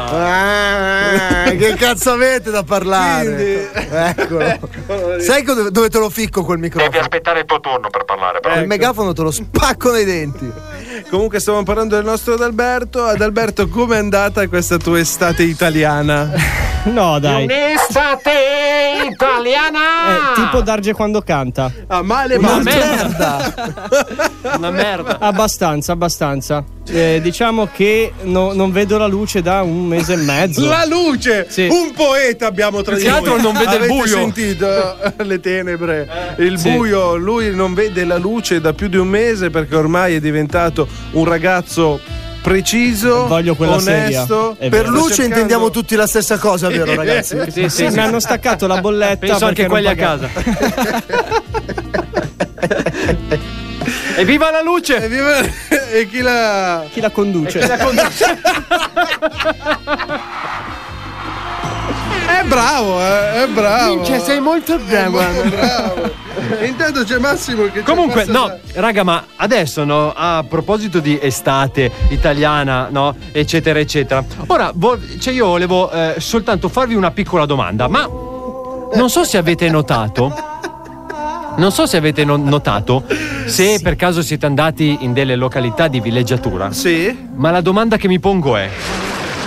sì. Ah, che cazzo avete da parlare? Eccolo. Sai co- dove te lo ficco quel microfono? aspettare il tuo turno per parlare, però. Il megafono te lo spacco nei denti. Comunque stavamo parlando del nostro Adalberto. Adalberto, com'è andata questa tua estate italiana? No, dai. Un'estate italiana! Eh, tipo Darge quando canta. Ah, male, Una male. merda. Una merda. Abbastanza, abbastanza. Eh, diciamo che no- non vedo la luce da un mese e mezzo. La luce! Sì. Un poeta abbiamo tra Più di che altro noi. non vede il Avete buio. sentito le tenebre, il Sì. buio. Lui non vede la luce da più di un mese perché ormai è diventato un ragazzo preciso, Voglio quella seria. onesto. È Per vero. luce cercando- intendiamo tutti la stessa cosa, vero ragazzi? Sì, sì, Mi sì. hanno staccato la bolletta. Penso anche perché quelli a non casa. pagavo. Evviva la E, luce! viva- e chi la Chi la conduce? Chi la conduce? è bravo, eh, è bravo. Minchia, sei molto bravo. È molto bravo. E intanto c'è Massimo che ci Comunque, passa no, da- raga, ma adesso, no, a proposito di estate italiana, no, eccetera, eccetera. Ora, vo- cioè io volevo eh, soltanto farvi una piccola domanda, ma non so se avete notato. Non so se avete no- notato se per caso siete andati in delle località di villeggiatura. Sì. Ma la domanda che mi pongo è: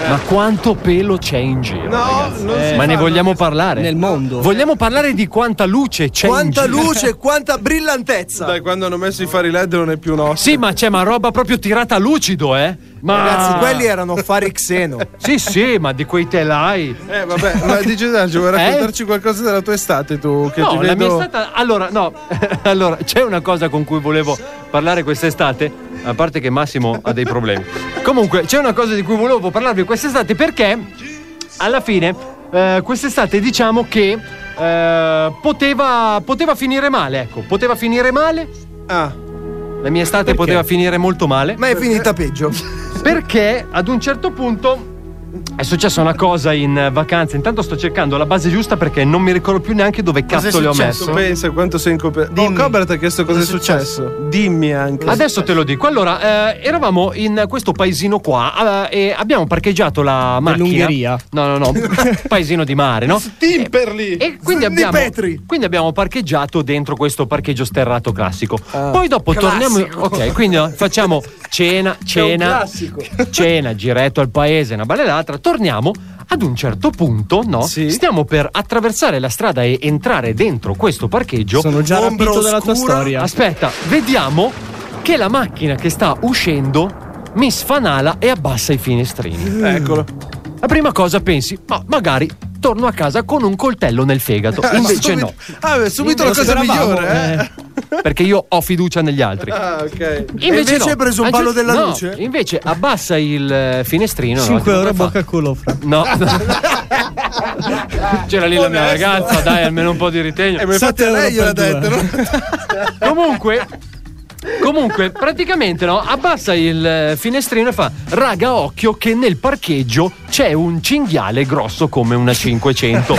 Ma quanto pelo c'è in giro? No, ragazzi? non Eh, si ma ne fa, vogliamo non si- parlare? Nel mondo. Vogliamo parlare di quanta luce c'è Quanta in giro? luce, quanta brillantezza. Dai, quando hanno messo i fari L E D non è più nostro. Sì, ma c'è ma roba proprio tirata a lucido, eh? Ma... Ragazzi, quelli erano fari xeno. Sì, sì, ma di quei telai. Eh, vabbè, ma dice D'Angelo, vuoi Eh? raccontarci qualcosa della tua estate tu? Che No, ti la vedo... mia estate. Allora, no. Allora, c'è una cosa con cui volevo parlare quest'estate. A parte che Massimo ha dei problemi. Comunque, c'è una cosa di cui volevo parlarvi quest'estate perché alla fine, eh, quest'estate diciamo che eh, poteva, poteva finire male, ecco. Poteva finire male. Ah. La mia estate Perché? poteva finire molto male. Ma è finita peggio. Perché ad un certo punto è successa una cosa in vacanza. Intanto sto cercando la base giusta perché non mi ricordo più neanche dove Cosa è cazzo le ho successo? messo. Pensa quanto sei incompetente. Oh, Cobra ti ha chiesto cosa, è successo. Dimmi anche. Adesso te lo dico. Allora, eh, eravamo in questo paesino qua eh, e abbiamo parcheggiato la macchina. L'Ungheria. No, no, no. Paesino di mare, no? Timperli. E quindi abbiamo, quindi abbiamo parcheggiato dentro questo parcheggio sterrato classico. Ah, Poi dopo classico. torniamo. Ok, quindi no, facciamo cena, cena, classico. cena, giretto al paese, una bella e l'altra. Torniamo. Ad un certo punto, no? Sì. Stiamo per attraversare la strada e entrare dentro quesro parcheggio. Sono già Ombra rapito dalla tua oscura. storia. Aspetta, vediamo che la macchina che sta uscendo mi sfanala e abbassa i finestrini. Eccolo. La prima cosa pensi, ma magari torno a casa con un coltello nel fegato. Ah, Invece subito- no. Ah, beh, subito la Invece cosa speravamo, migliore, eh. Perché io ho fiducia negli altri. Ah, ok. Invece, invece no. hai preso un Ah, ballo giusto- della no, luce? Invece abbassa il eh, finestrino. no, cinque dico, euro come fa? bocca a culo, fra. No. C'era lì la mia Onesto. ragazza, dai, almeno un po' di ritegno. E mi infatti a lei gliel'ha detto, no? Comunque, comunque, praticamente, no? Abbassa il eh, finestrino e fa: raga, occhio che nel parcheggio c'è un cinghiale grosso come una cinquecento.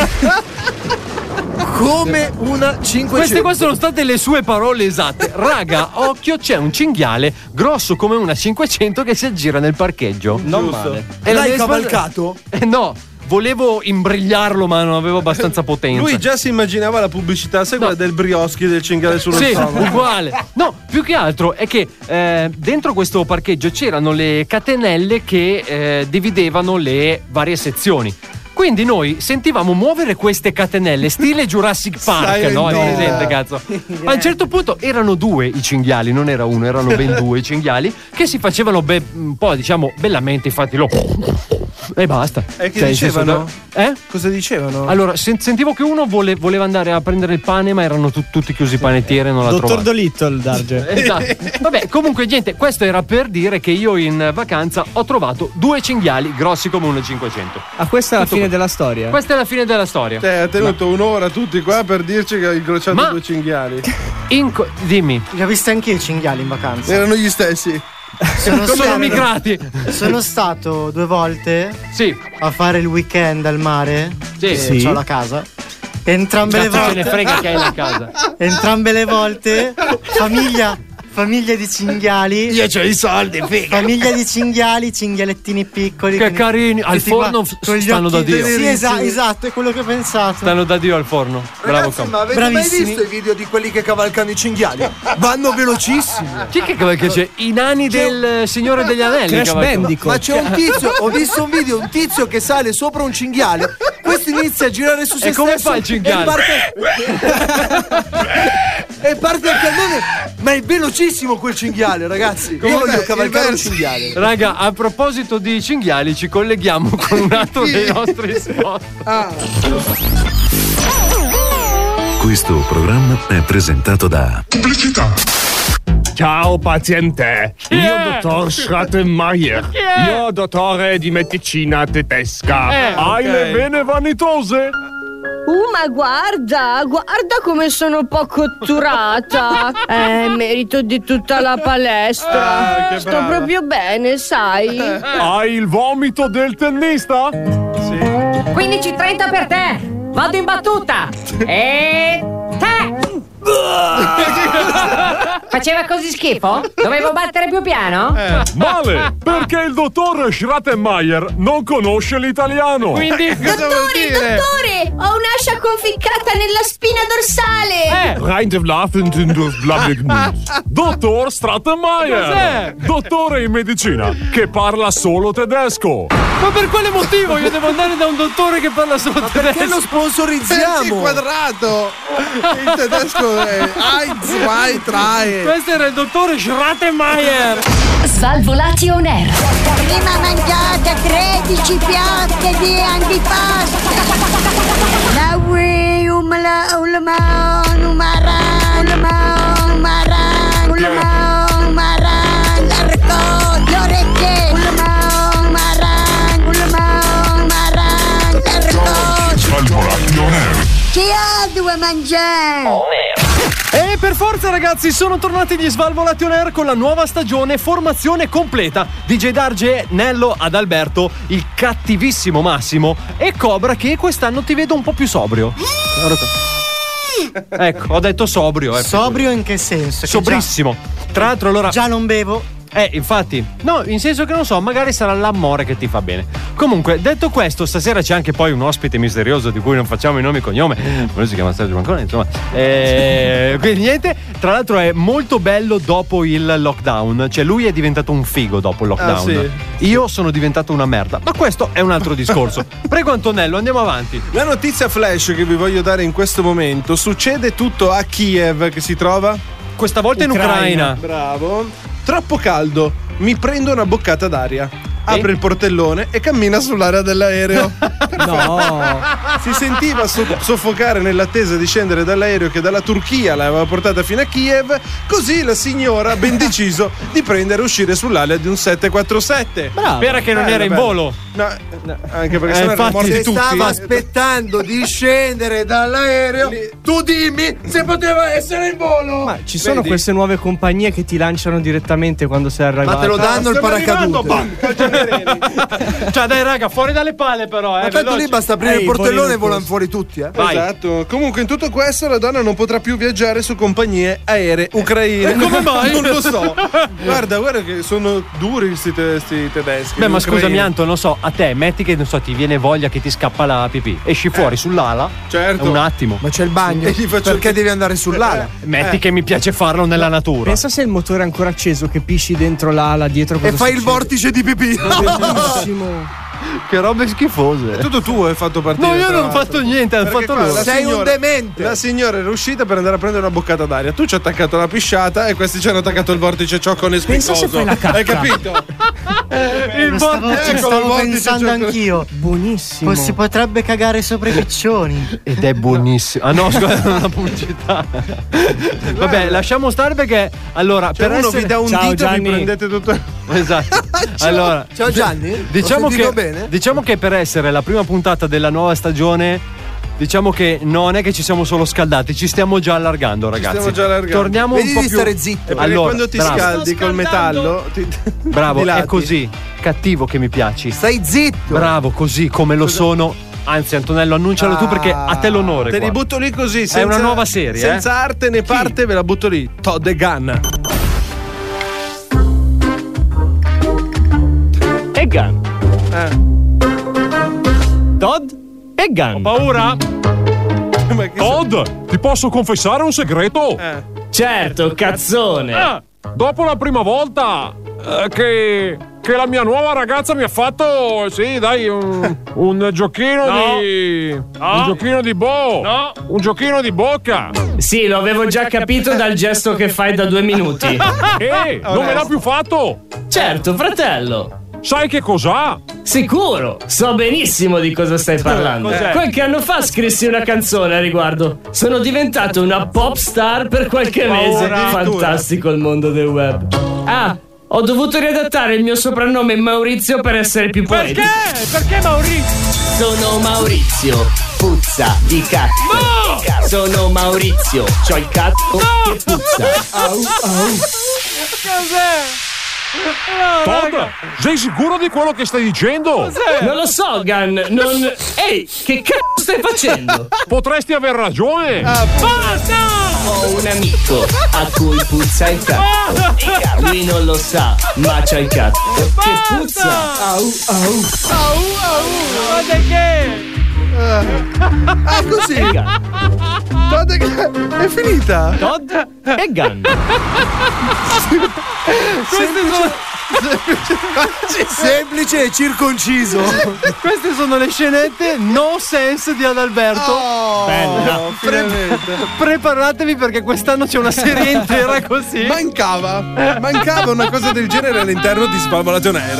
Come una cinquecento. Queste qua sono state le sue parole esatte. Raga, occhio, c'è un cinghiale grosso come una cinquecento che si aggira nel parcheggio. Non male. E la L'hai mia risposta- cavalcato? Eh, no, volevo imbrigliarlo, ma non avevo abbastanza potenza. Lui già si immaginava la pubblicità, sai No. quella del brioschi del cinghiale sullo Sì, stomaco. uguale. No, più che altro è che eh, dentro questo parcheggio c'erano le catenelle che eh, dividevano le varie sezioni. Quindi noi sentivamo muovere queste catenelle, stile Jurassic Park, Silent no? È Hill. presente, cazzo? A un certo punto erano due i cinghiali, non era uno, erano ben due i cinghiali che si facevano be- un po', diciamo, bellamente, infatti lo. E basta. E che Cioè, dicevano? Eh? Cosa dicevano? Allora, sen- sentivo che uno vole- voleva andare a prendere il pane, ma erano tu- tutti chiusi panettiere e non l'ha Dottor trovato. Dolittle, Darge. Esatto. Vabbè, comunque, niente, questo era per dire che io in vacanza ho trovato due cinghiali grossi come una cinquecento. Ah, questa è la Tutto fine qua. della storia. Questa è la fine della storia. Cioè, ha tenuto un'ora tutti qua per dirci che ha incrociato Ma- due cinghiali. In co- dimmi. Li ho visti anch'io i cinghiali in vacanza. Erano gli stessi. Sono, Sono stato- migrati. sono stato due volte Sì. a fare il weekend al mare. Sì. che Sì. C'ho la casa. Entrambe le Cazzo ce volte. ne frega che hai la casa. Entrambe le volte. Famiglia. Famiglia di cinghiali. Io c'ho i soldi, figa. Famiglia di cinghiali, cinghialettini piccoli. Che con- carini. Al tutti qua forno f- con gli stanno da occhi Dio. Sì, esa- esatto, è quello che ho pensato. Stanno da Dio al forno. Bravo Ragazzi, Com. ma avete Bravissimi. mai visto i video di quelli che cavalcano i cinghiali? Vanno velocissimi. Chi è che che c'è? I nani del Signore degli Anelli. Crash cavalcano. Bandicoot. Ma c'è un tizio, ho visto un video, un tizio che sale sopra un cinghiale. Questo inizia a girare su se E come stesso fa il cinghiale? E parte, e parte il cannone. Ma è velocissimo quel cinghiale, ragazzi. Io Come voglio il cavalcare un verso- cinghiale. Raga, a proposito di cinghiali, ci colleghiamo con un altro dei nostri spot. Questo programma è presentato da Pubblicità. Ciao paziente, Chi io è? dottor Schrattenmeier, Chi è? io dottore di medicina tedesca. Eh, Hai ok. le vene vanitose? Uh, ma guarda, guarda come sono poco otturata. Eh, merito di tutta la palestra. Ah, che Sto brava. proprio bene, sai. Hai il vomito del tennista? quindici trenta per te. Vado in battuta. E te. Faceva così schifo? Dovevo battere più piano? Eh, male, perché il dottor Schrattenmeier non conosce l'italiano. Quindi Dottore, dottore, ho un'ascia conficcata nella spina dorsale. Dottor Strattenmeier, dottore in medicina che parla solo tedesco. Ma per quale motivo io devo andare da un dottore che parla solo Ma tedesco? perché lo sponsorizziamo? Il quadrato. In tedesco è eins, zwei, drei. Questo era il dottore Schrattenmeier. Svalvolati on air. Prima mangiate tredici piatte di antipasto. La ui umla ulma numara ulma umara ulma umara l'arco le orecchie ulma umara ulma umara l'arco. Svalvolati on air. Chi ha due mangiare? E per forza ragazzi, sono tornati gli Svalvolati on air con la nuova stagione, formazione completa. D J Darge, Nello, Adalberto, il cattivissimo Massimo e Cobra che quest'anno ti vedo un po' più sobrio. Ecco, ho detto sobrio. Eh, Sobrio in che senso? Che Sobrissimo. Tra l'altro allora... Già non bevo. Eh, infatti, no, in senso che non so, magari sarà l'amore che ti fa bene. Comunque, detto questo, stasera c'è anche poi un ospite misterioso di cui non facciamo i nomi e cognome. Ma lui si chiama Sergio Mancone, insomma. Eh, quindi niente, tra l'altro è molto bello dopo il lockdown. Cioè, lui è diventato un figo dopo il lockdown. Ah, sì. Io sono diventato una merda. Ma questo è un altro discorso. Prego Antonello, andiamo avanti. La notizia flash che vi voglio dare in questo momento: succede tutto a Kiev, che si trova questa volta Ucraina. in Ucraina. Bravo. Troppo caldo, mi prendo una boccata d'aria. Apre il portellone e cammina sull'area dell'aereo. No. Si sentiva so- soffocare nell'attesa di scendere dall'aereo che dalla Turchia l'aveva portata fino a Kiev. Così la signora ha ben deciso di prendere e uscire sull'ala di un sette quattro sette. Bravo. Spera che non Bello, era in bello. volo. No, no, anche perché Eh, sennò erano infatti, morti Se tutti. stava aspettando di scendere dall'aereo, tu dimmi se poteva essere in volo. Ma ci sono Vedi? queste nuove compagnie che ti lanciano direttamente quando sei arrivato. Ma te lo danno il Stiamo paracadute. arrivando, Cioè dai raga, fuori dalle palle però, eh. Ma tanto veloci. lì basta aprire Ehi, il portellone voli e non volano posso. fuori tutti, eh. Vai. Esatto. Comunque in tutto questo la donna non potrà più viaggiare su compagnie aeree ucraine. Come mai? Non lo so. Guarda, guarda che sono duri questi te- sti tedeschi. Beh, ma gli scusami ucraini. Anto, non so, a te metti che non so, ti viene voglia che ti scappa la pipì. Esci fuori sull'ala. Certo. Un attimo. Ma c'è il bagno. E gli faccio- Perché devi andare sull'ala? Metti Eh. che mi piace farlo nella natura. Pensa se il motore è ancora acceso, che pisci dentro l'ala dietro. E cosa fai il succede? vortice di pipì. Bellissimo. Che robe schifose. Tutto tu hai fatto partire. No, io tra non ho l'altro. fatto niente, hanno Perché fatto qua loro. la Sei un signora- demente. La signora era uscita per andare a prendere una boccata d'aria. Tu ci hai attaccato la pisciata e questi ci hanno attaccato il vortice ciocco Pensa se fai la cacca. Hai capito? Il Lo stavo, vortice- ci ecco, stavo il vortice pensando gioco- anch'io. Buonissimo. O si potrebbe cagare sopra i piccioni. Ed è buonissimo. Ah no, scusa, è una pubblicità. Vabbè, lasciamo stare perché allora Cioè, per uno essere vi dà un Ciao, dito e vi Gianni. prendete tutto. Esatto. Allora, Ciao Gianni. diciamo Ho sentito che bene? diciamo che per essere la prima puntata della nuova stagione, diciamo che non è che ci siamo solo scaldati, ci stiamo già allargando, ragazzi. stiamo già allargando. Torniamo Vedi un po' di più stare zitto. Perché Allora, quando ti bravo. scaldi col metallo ti... Bravo, dilati. è così, cattivo che mi piaci. Stai zitto. Bravo, così come lo sono. Anzi, Antonello, annuncialo tu perché a te l'onore. Te qua. li butto lì così. È senza- una nuova serie, Senza eh? arte né parte, ve la butto lì. Todd the Gun. E Gun. Eh. Todd e Gun. Paura? Ma che Todd, ti posso confessare un segreto? Eh. Certo, cazzone. Ah, dopo la prima volta eh, che, che la mia nuova ragazza mi ha fatto, sì, dai, un, un giochino No. di... No. Un giochino di bo. No. Un giochino di bocca. Sì, lo avevo già capito dal gesto che fai da due minuti. Eh, non me l'ha più fatto. Certo, fratello. Sai che cos'ha? Sicuro, so benissimo di cosa stai parlando. Cos'è? Qualche anno fa scrissi una canzone a riguardo. Sono diventato una pop star per qualche mese. addirittura. Fantastico il mondo del web. Ah, ho dovuto riadattare il mio soprannome Maurizio per essere più poetico. Perché? Perché Maurizio? Sono Maurizio, puzza di cazzo. No! Sono Maurizio, c'ho il cazzo No! che puzza. Au, au. Cos'è? Todd, sei sicuro di quello che stai dicendo? Non lo so, Gun. Non. Ehi, che cazzo stai facendo? Potresti aver ragione. Ah, basta! Ho un amico a cui puzza il cazzo. Lui non lo sa, ma c'ha il cazzo che puzza. Au, au. Au, au. Guarda che. Ah, così. Todd e Gun. È finita? Todd e Gun. Semplice, semplice e circonciso. Queste sono le scenette no sense di Adalberto. Oh, bella. Pre- preparatevi perché quest'anno c'è una serie intera così. Mancava. Mancava una cosa del genere all'interno di Svalvolation Air.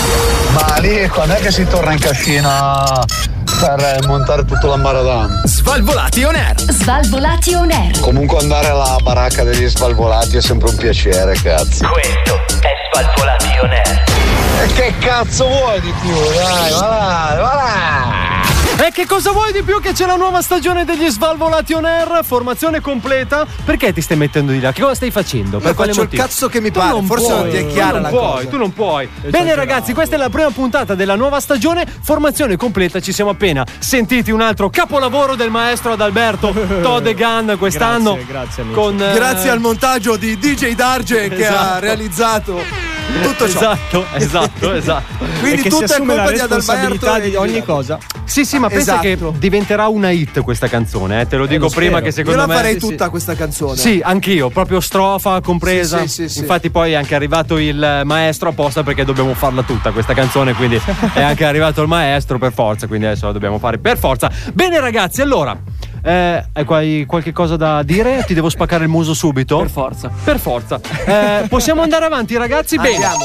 Ma lì quando è che si torna in cascina per montare tutto l'ambaradan? Svalvolati on air. Svalvolati on air. Comunque andare alla baracca degli Svalvolati è sempre un piacere, cazzo. Questo è Svalvolati on air. E che cazzo vuoi di più? Dai, va là, va là. E che cosa vuoi di più che c'è la nuova stagione degli Svalvolati on air? Formazione completa. Perché ti stai mettendo di là? Che cosa stai facendo? Per Io quale faccio motivo? il cazzo che mi Tu pare. non Forse puoi, non ti è chiara tu non la puoi, cosa. Tu non puoi. Bene ragazzi, questa è la prima puntata della nuova stagione. Formazione completa. Ci siamo appena sentiti un altro capolavoro del maestro Adalberto Todd e Gun quest'anno. Grazie, grazie amici. Con, eh... Grazie al montaggio di D J Darge che Esatto. ha realizzato tutto ciò. Esatto, esatto, esatto. Quindi e che tutta si è assume colpa la di responsabilità Adalberto di e ogni cosa. Sì, sì, ma pensa Esatto. che diventerà una hit questa canzone, eh? Te lo dico lo prima spero. che secondo Io la me farei sì, tutta sì. questa canzone. Sì, anch'io, proprio strofa compresa. Sì, sì, sì, sì. Infatti poi è anche arrivato il maestro apposta perché dobbiamo farla tutta questa canzone, quindi è anche arrivato il maestro per forza, quindi adesso la dobbiamo fare per forza. Bene ragazzi, allora eh, hai qual- qualche cosa da dire? Ti devo spaccare il muso subito? Per forza. Per forza. Eh, possiamo andare avanti ragazzi? Bene. Andiamo.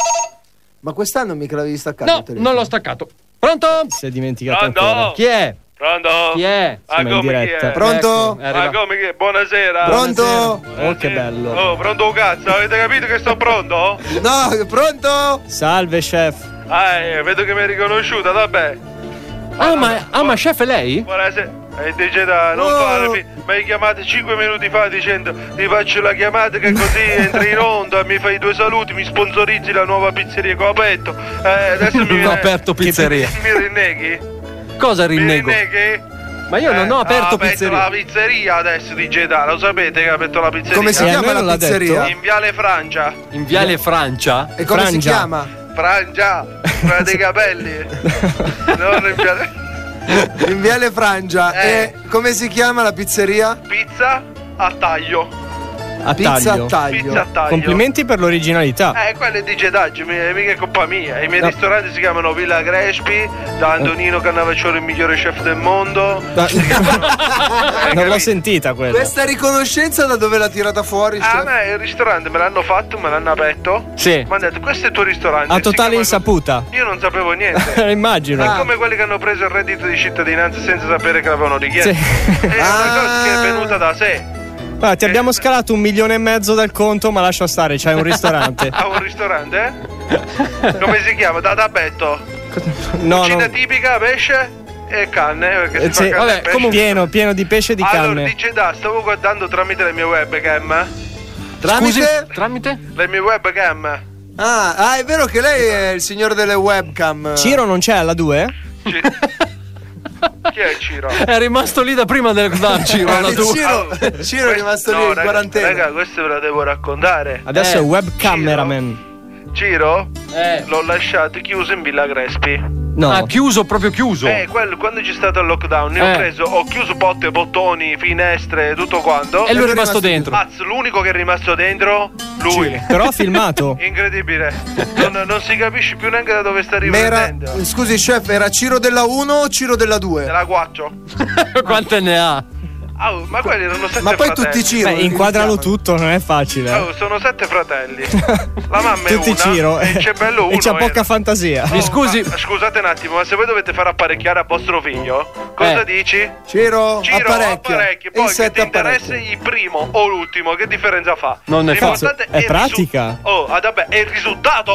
Ma quest'anno mica l'avevi staccato? No, il telefono? non l'ho staccato. Pronto? Si è dimenticato Pronto? ancora. Chi è? Pronto? Chi è? Ah, Siamo in come chi diretta. è? Pronto? Ecco, è Ah, arrivato. come che? Buonasera. Pronto? Oh, che bello. Oh, pronto cazzo, avete capito che sto pronto? No, pronto? Salve, chef. Ah, eh, vedo che mi hai riconosciuta, vabbè. Ah, ma, ah, ma chef è lei? Buonasera. E dice da, non Oh. fare, mi, mi hai chiamato cinque minuti fa dicendo ti faccio la chiamata che così entri in onda, mi fai due saluti, mi sponsorizzi la nuova pizzeria che ho aperto. Eh, adesso mi Ho aperto pizzeria. Mi rinneghi? Cosa Mi rinnego? rinneghi? Ma io non ho aperto ha pizzeria. la pizzeria adesso di Geda, lo sapete che ha aperto la pizzeria? Come si Eh, a chiama noi non la l'ha pizzeria? detto. In Viale Francia. In Viale Francia? E come si Frangia. chiama? Francia, quella dei capelli. Non in Viale... In Viale Frangia. Eh. E come si chiama la pizzeria? Pizza a taglio. A Pizza taglio. a taglio. Pizza a taglio. Complimenti per l'originalità. Eh, quello è di Gedaggio, mica è colpa mia. I miei No. ristoranti si chiamano Villa Crespi, da Antonino Cannavacciolo, il migliore chef del mondo. Da- Si chiamano- Eh, non l'ho capito? sentita quella. Questa riconoscenza da dove l'ha tirata fuori? A chef? me il ristorante me l'hanno fatto, me l'hanno aperto. Sì. Mi hanno detto, questo è il tuo ristorante. A Si totale chiama- insaputa. Io non sapevo niente. Immagino. È come quelli che hanno preso il reddito di cittadinanza senza sapere che l'avevano richiesto. Sì. È una cosa che è venuta da sé. Guarda, ti abbiamo scalato un milione e mezzo dal conto, ma lascia stare, c'hai un ristorante. Ha un ristorante? Eh? Come si chiama? Dadabetto. No, Cucina no. tipica, pesce e canne. Perché Eh, si sì, fa canne e vabbè, pesce. comunque pieno, pieno di pesce e di Allora, canne. dice da, stavo guardando tramite le mie webcam. Tramite? Scusi? Tramite? Le mie webcam. Ah, ah, è vero che lei è il signore delle webcam. Ciro non c'è alla due? Ci- Chi è Ciro? È rimasto lì da prima del da Ciro, alla Eh, tua. Ciro, Ciro è rimasto lì No, in raga, quarantena. Raga, questo ve la devo raccontare. Adesso Eh, è webcameraman. Ciro? Eh. L'ho lasciato chiuso in Villa Crespi. No. Ah, chiuso, proprio chiuso. Eh, quello, quando c'è stato il lockdown, ne Eh. ho preso, ho chiuso porte, bottoni, finestre, tutto quanto. E lui è rimasto dentro. Mazz, l'unico che è rimasto dentro, lui. Però ha filmato. Incredibile. Non, non si capisce più neanche da dove sta Ma era, riprendendo. scusi chef, era Ciro della uno o Ciro della due? Della quattro. Quante ne ha? Oh, ma quelli erano sette Ma poi fratelli. tutti Ciro. Beh, inquadralo tutto, non è facile. Oh, sono sette fratelli. La mamma è Tutti una Ciro. e il gemello uno. E c'ha era. poca fantasia. Mi scusi. Ma, scusate un attimo, ma se voi dovete far apparecchiare a vostro figlio, cosa Eh. dici? Ciro, Ciro apparecchia. apparecchia, Il poi che sette ti interessa apparecchia. il primo o l'ultimo, che differenza fa? Non è L'importante È il pratica. risu- Oh, ah, vabbè, è il risultato.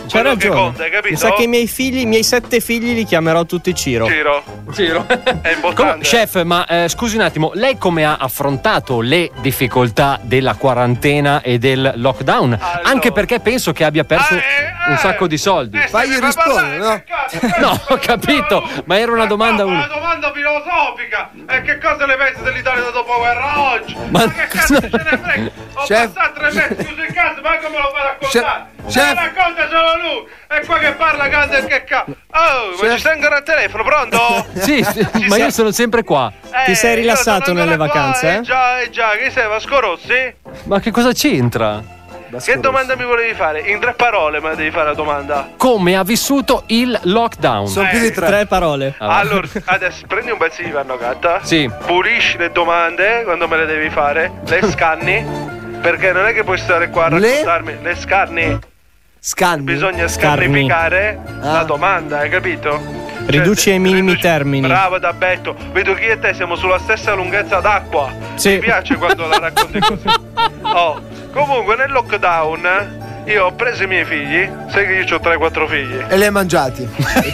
C'hai quello che ragione. conta, hai capito? Mi sa che i miei figli, i miei sette figli li chiamerò tutti Ciro. Ciro. Ciro. È importante. Chef, ma eh, scusi un attimo, lei come ha affrontato le difficoltà della quarantena e del lockdown? Allora. Anche perché penso che abbia perso Ah, eh, un sacco di soldi. Eh, Fagli se mi fa rispondere, parlare, no? che cazzo? No, ho capito, ma era una domanda No, un- una domanda filosofica. E che cosa ne pensi dell'Italia da dopoguerra oggi? Ma- Ma, che cazzo ce ne frega? Ho Chef. passato tre mesi chiuso in casa, ma come lo fa a raccontare? Chef. Se la racconta solo lui. È qua che parla canta e che cazzo. Oh, ma Chef. ci stai ancora al telefono, pronto? Sì, sì, Ci ma sei? io sono sempre qua. Ti sei io rilassato sono nelle ancora qua, vacanze, eh? Eh già, eh già, che sei Vasco Rossi? Ma che cosa c'entra? Che domanda mi volevi fare? In tre parole me la devi fare la domanda. Come ha vissuto il lockdown? Sono Eh, più di tre. Tre parole. Allora, adesso prendi un pezzo di panno gatta. Sì. Pulisci le domande quando me le devi fare. Le scanni. Perché non è che puoi stare qua a Le? raccontarmi. Le scanni. Scanni. Bisogna Scarni. scarnificare Ah. la domanda, hai capito? Riduci ai minimi riduci- termini. Bravo Dabetto. Vedo che io e te siamo sulla stessa lunghezza d'acqua. Sì. Mi piace quando la racconti così. Oh, comunque nel lockdown io ho preso i miei figli. Sai che io ho tre quattro figli. E li hai mangiati.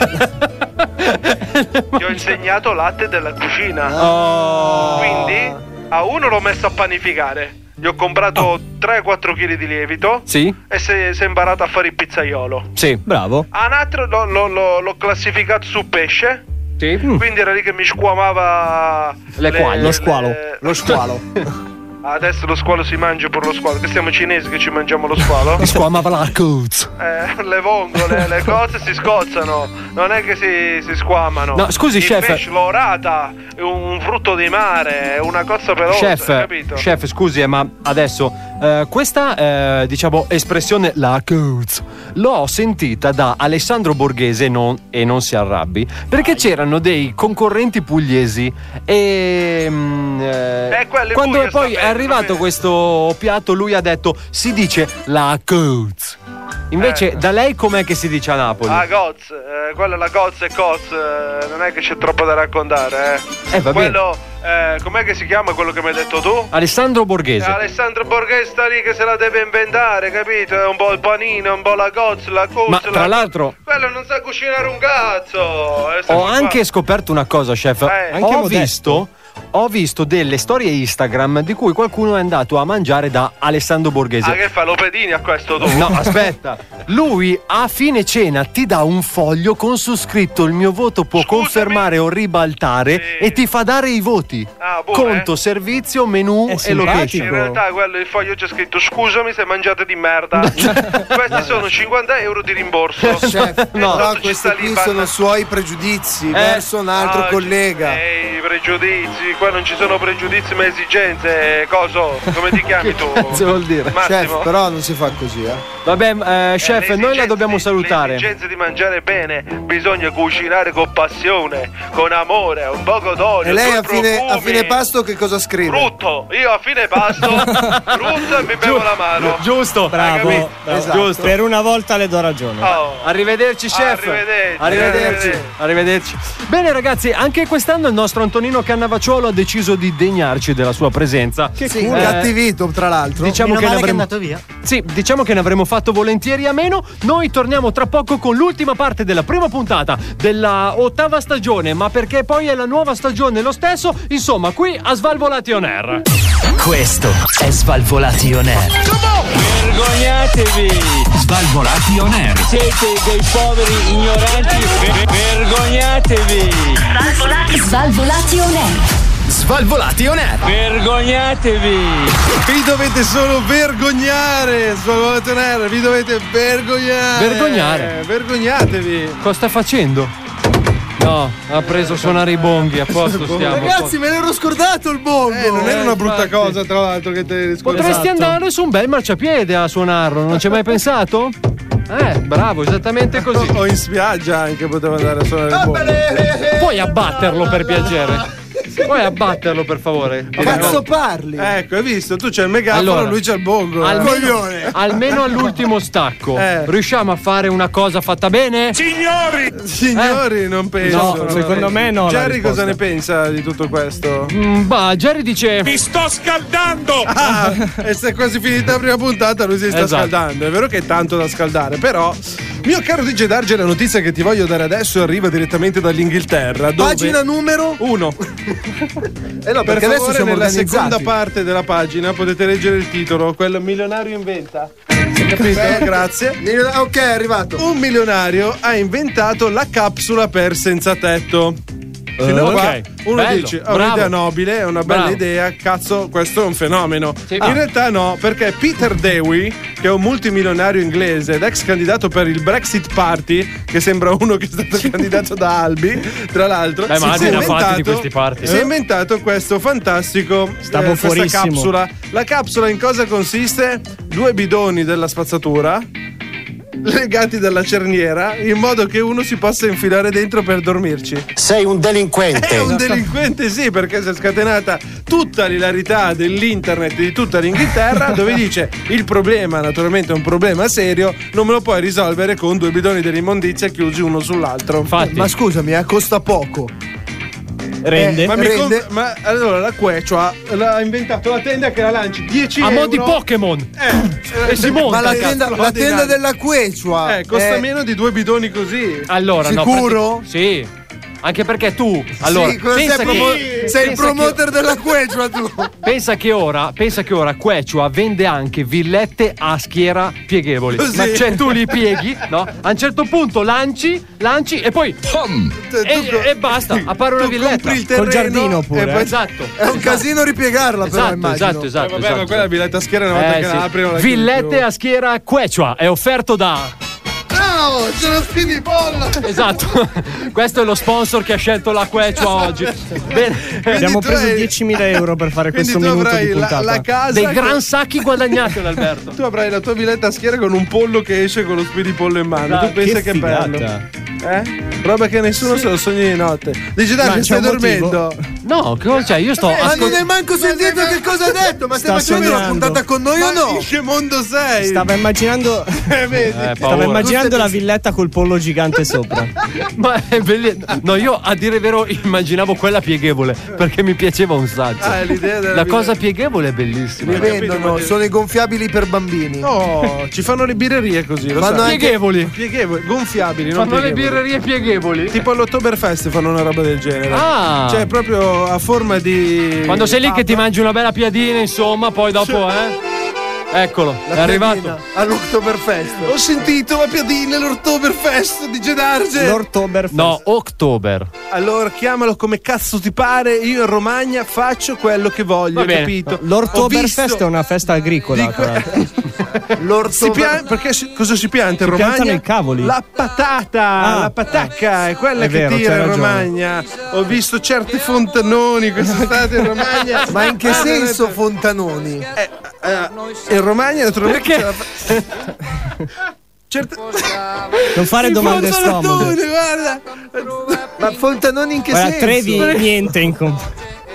Gli ho insegnato latte della cucina. Oh. Quindi a uno l'ho messo a panificare. Gli ho comprato tre quattro chili di lievito. Sì? E si è, si è imparato a fare il pizzaiolo. Sì. Bravo. A un altro l'ho, l'ho- l'ho- l'ho classificato su pesce. Sì. Quindi era lì che mi squamava Le quaglie. Lo squalo. le- Lo squalo. Adesso lo squalo si mangia per lo squalo. Che siamo cinesi che ci mangiamo lo squalo? Mi squamava la coz. Eh, le vongole, le cose si scozzano, non è che si, si squamano. No, scusi, il chef. pesce, l'orata è un, un frutto di mare, è una cosa pelosa, hai Chef, capito? chef, scusi, eh, ma adesso eh, questa eh, diciamo espressione la coz l'ho sentita da Alessandro Borghese non- e non si arrabbi perché c'erano dei concorrenti pugliesi e mm, eh, Eh, quelli quando Puglia poi sta è bene, arrivato sta bene. questo piatto lui ha detto si dice la coz. Invece Eh. da lei com'è che si dice a Napoli? Ah, Goz, eh, quella la Goz e Coz, eh, non è che c'è troppo da raccontare, eh. Eh, va bene. Quello, eh, com'è che si chiama quello che mi hai detto tu? Alessandro Borghese. Alessandro Borghese sta lì che se la deve inventare, capito? È un po' il panino, un po' la Goz, la Coz, Ma la... tra l'altro Quello non sa cucinare un cazzo. eh, sta ho qua. anche scoperto una cosa, chef. Eh. Anche Ho modesto. visto, ho visto delle storie Instagram di cui qualcuno è andato a mangiare da Alessandro Borghese. Ah, che fa l'opedini a questo tu? No, aspetta. Lui a fine cena ti dà un foglio con su scritto il mio voto può confermare o ribaltare Sì. e ti fa dare i voti. Ah, pure? Conto, servizio, menù È e simpatico. location. In realtà quello il foglio c'è scritto scusami se mangiate di merda. Questi sono cinquanta euro di rimborso. Chef, No. però Ci questi sta lì, qui parla- sono suoi pregiudizi verso un altro Ah, collega. Ehi, pregiudizi, qua non ci sono pregiudizi ma esigenze, coso, come ti chiami tu? Cosa vuol dire? Massimo? Chef, però non si fa così, eh. Vabbè, eh, chef, Eh, le noi la dobbiamo esigenze- salutare. L'esigenza di mangiare bene, bisogna cucinare con passione, con amore, un poco d'olio. E lei due a fine, a profumi. fine pasto che cosa scrive? Brutto, io a fine pasto brutto e mi bevo la mano. Giusto. Bravo. capito? bravo. Esatto. Giusto. Per una volta le do ragione. Oh. Arrivederci chef. Arrivederci. Arrivederci. Arrivederci. Arrivederci. Bene ragazzi, anche quest'anno il nostro Antonino Cannavacciuolo ha deciso di degnarci della sua presenza. Che Sì, culo. eh, Cattivito, tra l'altro. Diciamo Meno che ne male che è avremmo andato via. Sì, diciamo che ne avremmo fatto volentieri a meno. Noi torniamo tra poco con l'ultima parte della prima puntata della ottava stagione, ma perché poi è la nuova stagione lo stesso, insomma, qui a Svalvolati On Air. Questo è Svalvolati On Air. Vergognatevi! Svalvolati On Air. Siete dei poveri ignoranti! Ver- vergognatevi! Svalvolati, Svalvolati On Air. Svalvolati On Air. Vergognatevi! Vi dovete solo vergognare, Svalvolati On Air, vi dovete vergognare. Vergognare? Vergognatevi. Cosa sta facendo? No, ha preso a suonare i bonghi, a posto stiamo. Ragazzi, me l'ero scordato il bongo. Eh, non era una brutta infatti. cosa, tra l'altro, che te Potresti andare su un bel marciapiede a suonarlo, non ci hai mai pensato? Eh, bravo, esattamente così. O in spiaggia anche poteva andare a suonare il bongo. Puoi abbatterlo per piacere. Puoi abbatterlo per favore. Ti Cazzo ricordo. parli? Ecco, hai visto? Tu c'è il megafono, Allora, lui c'è il bongo. Almeno, Coglione. almeno all'ultimo stacco Eh. riusciamo a fare una cosa fatta bene? Signori! Signori, non penso. No, secondo me no, la Jerry risposta. cosa ne pensa di tutto questo? Mm, bah, Jerry dice Mi sto scaldando! Ah, e se è quasi finita la prima puntata, lui si sta Esatto. scaldando. È vero che è tanto da scaldare, però Mio caro D J Darge, la notizia che ti voglio dare adesso arriva direttamente dall'Inghilterra. Dove... Pagina numero uno. Eh no, per perché favore, adesso siamo nella organizzati. seconda parte della pagina potete leggere il titolo, quello milionario inventa. Hai capito? Grazie. Ok, è arrivato. Un milionario ha inventato la capsula per senza tetto. Fino a Uh, qua ok. uno Bello, dice: è bravo. un'idea nobile, è una bella Bravo. idea, cazzo, questo è un fenomeno. Sì. In Ah. realtà no, perché Peter Dewey, che è un multimilionario inglese ed ex candidato per il Brexit Party, che sembra uno che è stato candidato da Albi, tra l'altro, Dai, ma si è ne ha fatti di inventato- questi party. si è Eh? inventato questo fantastico Stavo eh, questa fuorissimo. capsula. La capsula in cosa consiste? Due bidoni della spazzatura legati dalla cerniera in modo che uno si possa infilare dentro per dormirci. Sei un delinquente. È un delinquente, sì, perché si è scatenata tutta l'ilarità dell'internet di tutta l'Inghilterra, dove dice: il problema, naturalmente è un problema serio, non me lo puoi risolvere con due bidoni dell'immondizia chiusi uno sull'altro. Infatti. Ma scusami, eh, costa poco. Rende. Eh, ma, mi Rende. con- ma allora la Quechua l'ha inventato la tenda che la lanci dieci A euro mo' di Pokémon. Eh, E si monta. Ma la cazzo, tenda, lo la dei tenda nani. della Quechua Eh, costa è- meno di due bidoni così. Allora, no, Sicuro? prati- sì. Anche perché tu, allora, Sì, cosa pensa sei, che, promo- sei il pensa promoter della Quechua tu. che, pensa che ora, pensa che ora Quechua vende anche villette a schiera pieghevoli. Così. Ma cioè tu li pieghi, no? A un certo punto lanci, lanci e poi pom, e, e basta, appare una Tu villetta. compri il terreno Col giardino pure, e poi- eh. Esatto. È un casino ripiegarla, però Esatto, immagino. esatto, esatto, Eh, vabbè, esatto. ma quella è la villetta a schiera una volta Eh, che sì. la apri non la chiudi Villette più. a schiera Quechua è offerto da Ciao, c'è lo spinipolla. esatto. Questo è lo sponsor che ha scelto la Quechua oggi. Bene. Abbiamo tu preso hai- diecimila euro per fare Quindi questo tu minuto avrai di la, puntata. la casa Dei che- gran sacchi guadagnati ad Alberto. tu avrai la tua villetta a schiera con un pollo che esce con lo spidipollo in mano. Dai, tu pensa che che, figata. bello. Eh? Roba che nessuno se lo sogna di notte. Dici Ma dai, c'è stai un motivo? dormendo. No, che cosa c'è? Io sto Ma non ascol- hai manco sentito che cosa ha detto? Ma stai Sta facendo una sognando. puntata con noi o Ma no? in che mondo sei? Stava immaginando Eh, vedi? Eh, Stavo paura. immaginando la villetta col pollo gigante sopra. Ma è bellissimo. No, io a dire il vero immaginavo quella pieghevole perché mi piaceva un sacco. Ah, è l'idea della La villa- cosa pieghevole è bellissima. Li capito, vendono, ma- sono i gonfiabili per bambini. No, ci fanno le birrerie così, lo Fanno sai. anche- Pieghevoli. Pieghevoli, gonfiabili, non Fanno le pieghevoli. birrerie pieghevoli. Tipo all'Oktoberfest fanno una roba del genere. Ah. Cioè, proprio a forma di. Quando sei lì che ti papa. mangi una bella piadina, insomma, poi dopo, eh. Eccolo, è arrivato. All'Oktoberfest. Ho sentito la piadina all'Oktoberfest di Gedarge. L'Oktoberfest. No, October. Allora chiamalo come cazzo ti pare. Io in Romagna faccio quello che voglio, Va bene. capito? L'Oktoberfest Ho visto- è una festa agricola, Dico- tra l'altro. Si pian- perché si- cosa si pianta in Si piantano Romagna? i cavoli. La patata, Ah, la patacca, è quella è che vero, tira c'hai in ragione. Romagna. Ho visto certi fontanoni quest'estate in Romagna. Ma in che Ah, senso fontanoni? Eh, eh, in Romagna naturalmente Perché? c'è la fa- Certe- Non fare I domande scomode. fontanoni, guarda. Ma fontanoni in che Guarda, senso? Trevi, niente in comp-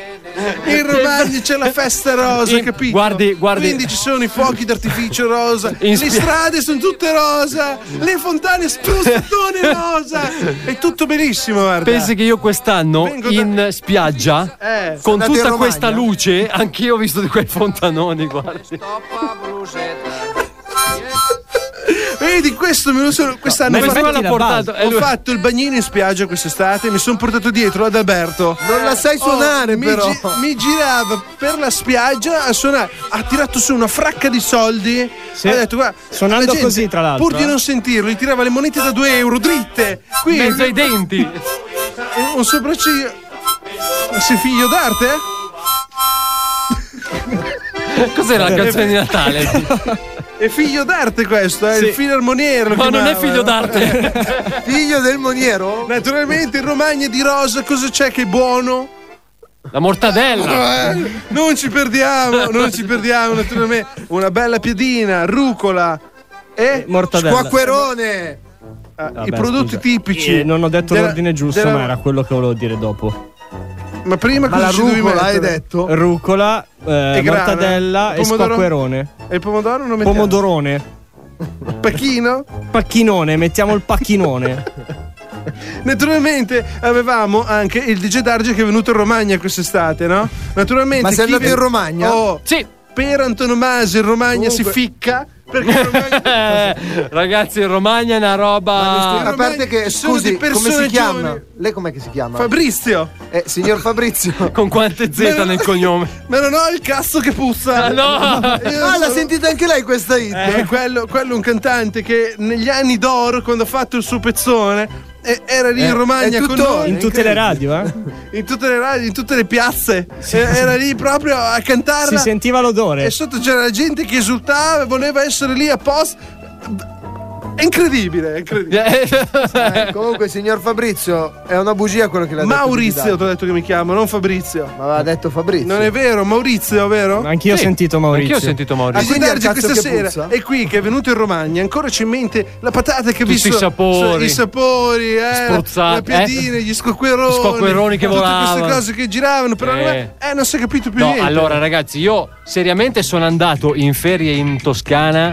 In Romagna c'è la festa rosa, In- capito? guardi, guardi. Quindi ci sono i fuochi d'artificio rosa, In le spia- strade sono tutte rosa, le fontane spruzzatone rosa. È tutto benissimo, guarda. Pensi che io quest'anno Vengo da- in spiaggia, Eh, con andate in tutta Romagna? questa luce, anch'io ho visto di quei fontanoni, guardi. Vedi, questo me lo sono. Quest'anno ma ho, in effetti fatto, l'ha portato, è ho lui. fatto il bagnino in spiaggia quest'estate. Mi sono portato dietro ad Alberto. Non la sai suonare, Oh, mi però. gi- mi girava per la spiaggia a suonare. Ha tirato su una fracca di soldi. Sì. Ha detto, guarda, Suonando la gente, così, tra l'altro, Pur di eh. non sentirlo, gli tirava le monete da due euro dritte. Qui In mezzo ai denti. un sopracciglio. Ma sei figlio d'arte? Cos'era la canzone di Natale? È figlio d'arte questo, è Sì. il filarmoniere. lo Ma non è chiamavano. figlio d'arte. Figlio del moniero? Naturalmente in Romagna di rosa cosa c'è che è buono? La mortadella. Eh, non ci perdiamo, non ci perdiamo naturalmente. Una bella piadina, rucola e Mortadella. Squacquerone. ah, Vabbè, i prodotti scusa. tipici. Eh, non ho detto della- l'ordine giusto, della- ma era quello che volevo dire dopo. Ma prima Ma cosa la ci devi rucola hai mettere? detto? Rucola, eh, E grana? mortadella e Pomodoro? squacquerone. E il pomodoro non mettiamo? Pomodorone. Pacchino? Pacchinone, mettiamo il pacchinone. Naturalmente avevamo anche il D J Darge che è venuto in Romagna quest'estate, no? Naturalmente Ma sei chi andato ve- in Romagna? Oh, Sì. per antonomasia in Romagna Comunque- si ficca Perché ragazzi, in Romagna è una roba. A parte che, scusi, come si chiama? Lei com'è che si chiama? Fabrizio. Eh, signor Fabrizio. Con quante Z Ma- nel cognome? Ma non ho il cazzo che puzza. Ah, no. Io Ah, l'ha sono- sentita anche lei questa hit? Eh, quello, quello è un cantante che negli anni d'oro, quando ha fatto il suo pezzone, eh, era lì Eh, in Romagna è con tutto- noi. in tutte le radio, eh? In tutte le radio, in tutte le piazze. Eh, Era lì proprio a cantarla. Si sentiva l'odore. E sotto c'era la gente che esultava e voleva essere lì apposta. È incredibile, è incredibile. Eh, comunque, signor Fabrizio, è una bugia quello che l'ha detto. Maurizio, ti ho detto che mi chiamo, non Fabrizio. Ma aveva detto Fabrizio. Non è vero, Maurizio, vero? Anch'io ho sentito Maurizio. Anch'io ho sentito Maurizio. Ah, quindi è il Darge cazzo questa che sera puzza? è qui che è venuto in Romagna, ancora c'è in mente la patata che ha Tutti visto i sapori. i sapori, eh, Spruzzati, le piadine, eh? gli squacqueroni, Gli squacqueroni che tutte volavano. queste cose che giravano, però Eh. non, è- eh, non si è capito più No, niente. allora ragazzi, io seriamente sono andato in ferie in Toscana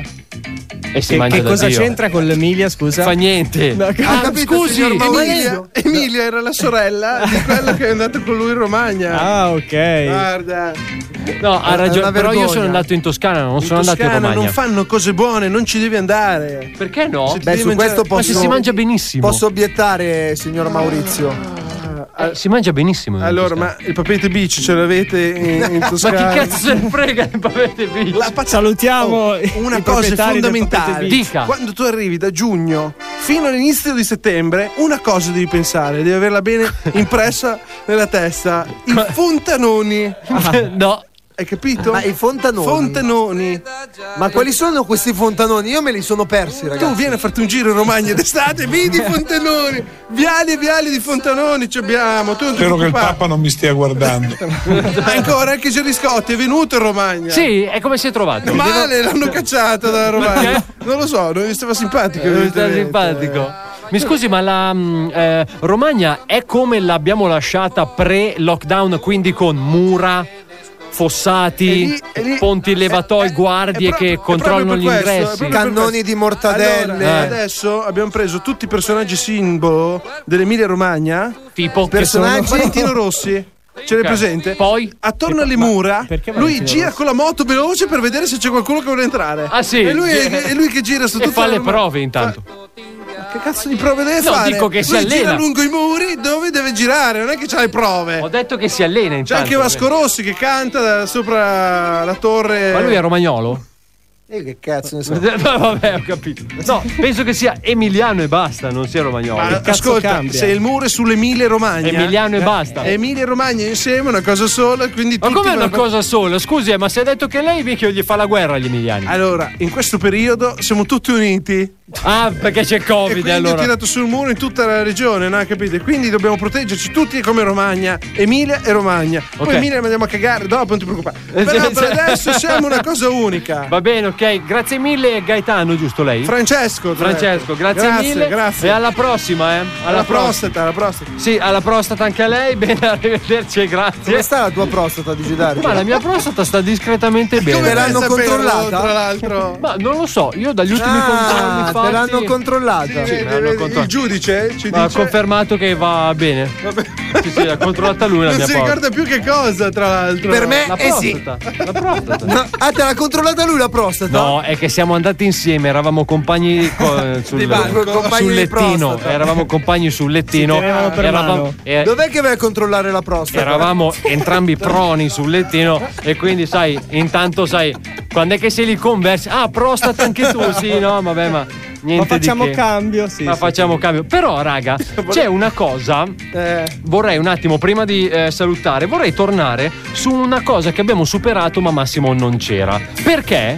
e si Che, mangia che da cosa Dio. c'entra con l'Emilia, scusa? Fa niente. No, Ha Ah, capito, scusi, signor ma Emilia, Emilia era la sorella di quello che è andato con lui in Romagna. Ah, ok. Guarda, No, ha È ragione, una però io vergogna. sono andato in Toscana, non in sono andato in Toscana Romagna. non fanno cose buone, non ci devi andare. Perché no? Se ti Beh, devi su mangiare- questo Ma se posso, si mangia benissimo. posso obiettare, signor Maurizio. Eh, si mangia benissimo. in Allora, Toscana. ma il papete beach ce l'avete in, in Ma Toscana? chi cazzo se ne frega il papete beach? La pat- Salutiamo Oh, i una cosa proprietari del fondamentale. Papete Beach. Dica. Quando tu arrivi da giugno fino all'inizio di settembre, una cosa devi pensare, devi averla bene impressa nella testa. I fontanoni. No. Hai capito? Ma i fontanoni? Fontanoni. Ma quali sono questi fontanoni? Io me li sono persi, ragazzi. Tu vieni a farti un giro in Romagna d'estate, vedi i fontanoni. Viali e viali di fontanoni ci abbiamo. Tu non ti Spero che il preoccupare. Papa non mi stia guardando. Ancora anche Geriscotti è venuto in Romagna. Sì, e come si è trovato? Male, l'hanno cacciato dalla Romagna. Non lo so, non gli stava simpatico. Eh, sta evidentemente. simpatico. Mi scusi, ma la mm, eh, Romagna è come l'abbiamo lasciata pre-lockdown, quindi con mura, fossati, E lì- e lì- ponti levatoi, è- è- guardie è proprio- che è controllano gli proprio per questo, è ingressi. proprio per Cannoni questo. di mortadelle. Allora, Eh. adesso abbiamo preso tutti i personaggi simbolo dell'Emilia Romagna. Tipo Personaggi. che Valentino Rossi. Ce l'hai Ok. presente? Poi? Attorno alle mura, perché lui Valentino gira Rossi? con la moto veloce per vedere se c'è qualcuno che vuole entrare. Ah, sì? E lui, è, è lui che gira su E tutta fa la le Romagna. prove intanto. Che cazzo di prove deve No, fare? dico che si lui allena. gira lungo i muri dove deve girare, non è che c'ha le prove. Ho detto che si allena C'è intanto. anche Vasco Rossi che canta da sopra la torre. Ma lui è romagnolo? E che cazzo ne so. No, vabbè, ho capito. No, penso che sia emiliano e basta, non sia romagnolo. Ma cazzo ascolta, cambia? se il muro è sull'Emilia Romagna, Emiliano e basta. Emilia e Romagna insieme è una cosa sola, quindi Ma tutti com'è una vanno- cosa sola? Scusi, eh, ma si è detto che lei mica gli fa la guerra agli emiliani. Allora, in questo periodo siamo tutti uniti. Ah, perché c'è E Covid quindi allora. ho tirato sul muro in tutta la regione, no? Capite? Quindi dobbiamo proteggerci tutti come Romagna, Emilia e Romagna. Poi Ok. Emilia la mandiamo a cagare dopo, non ti preoccupare. Eh, Però sì, per sì. adesso siamo una cosa unica. Va bene, ok. Grazie mille, Gaetano, giusto lei? Francesco, tra Francesco, grazie, Grazie, mille. grazie. E alla prossima, eh. Alla, Alla prossima. prostata, alla prostata. Sì, alla prostata anche a lei. Bene, arrivederci e grazie. Come sta la tua prostata, Digidario? Ma la mia prostata sta discretamente bene. Te l'hanno Saperlo, controllata? Tra l'altro. Ma non lo so, io dagli ultimi controlli Ah, fatti te l'hanno controllata. Sì, me l'hanno il controllato. giudice ci ma ha dice. confermato che va bene. Sì, sì, l'ha controllata lui la Non mia si prostata. ricorda più che cosa, tra l'altro. Per me La eh sì. prostata. La prostata. No, ah, te l'ha controllata lui la prostata? No, è che siamo andati insieme, eravamo compagni co- sul, Di banco, compagni sul di lettino. prostata. Eravamo compagni sul lettino. Si tenevano per Eravamo, mano. eh, Dov'è che vai a controllare la prostata? eravamo entrambi proni sul lettino e quindi sai, intanto sai, quando è che sei lì conversi? Ah, prostata anche tu, sì, no, vabbè, ma niente Ma facciamo di che. cambio, sì. Ma sì. facciamo cambio. Però, raga, c'è una cosa. Eh, Vorrei un attimo, prima di eh, salutare, vorrei tornare su una cosa che abbiamo superato, ma Massimo non c'era. Perché?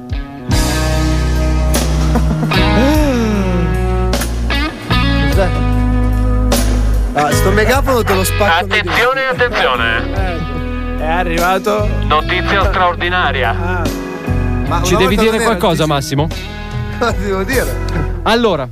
Ah, sto megafono te lo spacco. Attenzione, attenzione. è arrivato. Notizia straordinaria. Ma Ci una devi volta dire non era qualcosa, il Massimo? Cosa devo dire? Allora.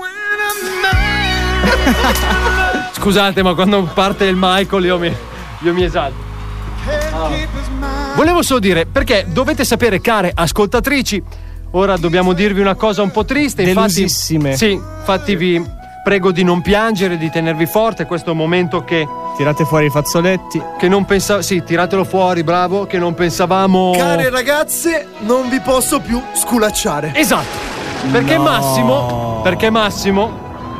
Scusate, ma quando parte il Michael io mi, io mi esalto. Ah. Volevo solo dire, perché dovete sapere, care ascoltatrici, ora dobbiamo dirvi una cosa un po' triste. Infatti, Delusissime. sì, infatti vi prego di non piangere, di tenervi forte. Questo è un momento che Tirate fuori i fazzoletti. Che non pensavo. Sì, tiratelo fuori, bravo. Che non pensavamo. Care ragazze, non vi posso più sculacciare. Esatto. Perché No. Massimo. Perché Massimo.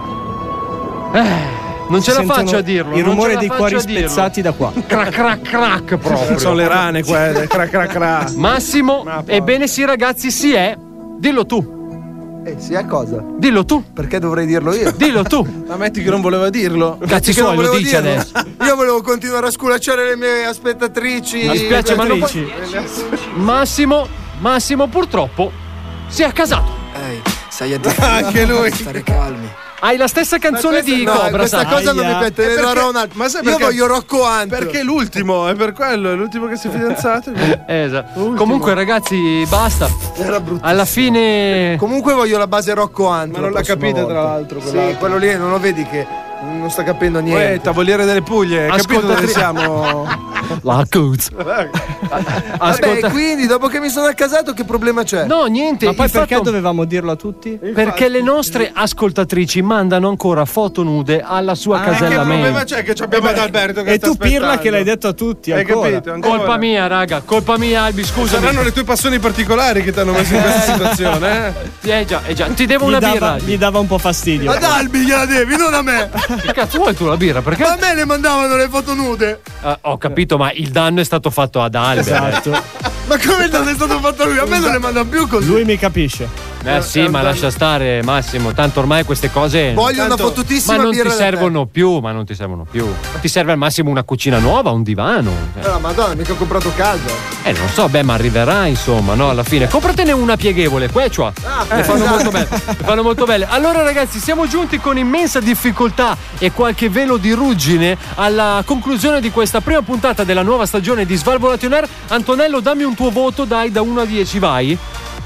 Eh. Non ce la faccio a dirlo. Il non rumore ce la dei faccio cuori a dirlo. spezzati da qua. Crac crac crac proprio. Sono le rane quelle. Crac crac crac. Massimo, ebbene sì ragazzi, si è. Dillo tu. Eh, sì, a cosa? Dillo tu. Perché dovrei dirlo io? Dillo tu. Ammetti che non voleva dirlo. Cazzi suoi, lo dice adesso. Io volevo continuare a sculacciare le mie aspettatrici. Mi spiace, ma non puoi. Massimo, Massimo purtroppo si è accasato. Ehi, sai a dire. Anche lui. Stare calmi. Hai la stessa canzone questa- di no, Cobra, questa sai? cosa non mi Aia. pette, Eh, ne perché- darò un altro. ma sai Io perché? voglio Rocco Hunt. Perché è l'ultimo, è per quello, è l'ultimo che si è fidanzato. Esatto. Comunque ragazzi, basta. Era brutto. Alla fine. Comunque voglio la base Rocco Hunt. Ma non l'ha capita, tra l'altro, Sì, quell'altro. quello lì non lo vedi che non sta capendo niente. Uè, Tavoliere delle Puglie, hai capito dove Ascoltatri- siamo? La cuz. Vabbè, Ascolta. quindi dopo che mi sono accasato che problema c'è? No, niente. Ma poi il perché fatto- dovevamo dirlo a tutti? Perché le nostre ascoltatrici mandano ancora foto nude alla sua Che casella problema mail. c'è che ci abbiamo Adalberto che E sta tu Pirla aspettando? che l'hai detto a tutti Hai ancora. capito? Ancora? Colpa mia, raga, colpa mia, Albi, scusami. Saranno le tue passioni particolari che ti hanno messo in questa situazione, eh? Eh già, eh già, ti devo Gli una dava, birra. gli dava un po' fastidio. Ad Albi gliela devi, non a me. Che cazzo vuoi tu la birra? Perché? Ma a me le mandavano le foto nude. Eh, ho capito, ma il danno è stato fatto ad Albi. Esatto. Ma come non è stato fatto lui? A me non le mandano più così. Lui mi capisce. Eh sì, ma lascia stare, Massimo. Tanto ormai queste cose. Voglio una Tanto- fottutissima Ma non birra ti da te. servono più, ma non ti servono più. Ti serve al massimo una cucina nuova, un divano. Cioè, Eh, madonna, mica ho comprato casa. Eh, non so, beh, ma arriverà, insomma, no? Alla fine. Compratene una pieghevole, quechua. Ah, Le fanno esatto. molto belle. Le fanno molto belle. Allora, ragazzi, siamo giunti con immensa difficoltà e qualche velo di ruggine alla conclusione di questa prima puntata della nuova stagione di Svalvolati On Air. Antonello, dammi un tuo voto, dai, da uno a dieci, vai.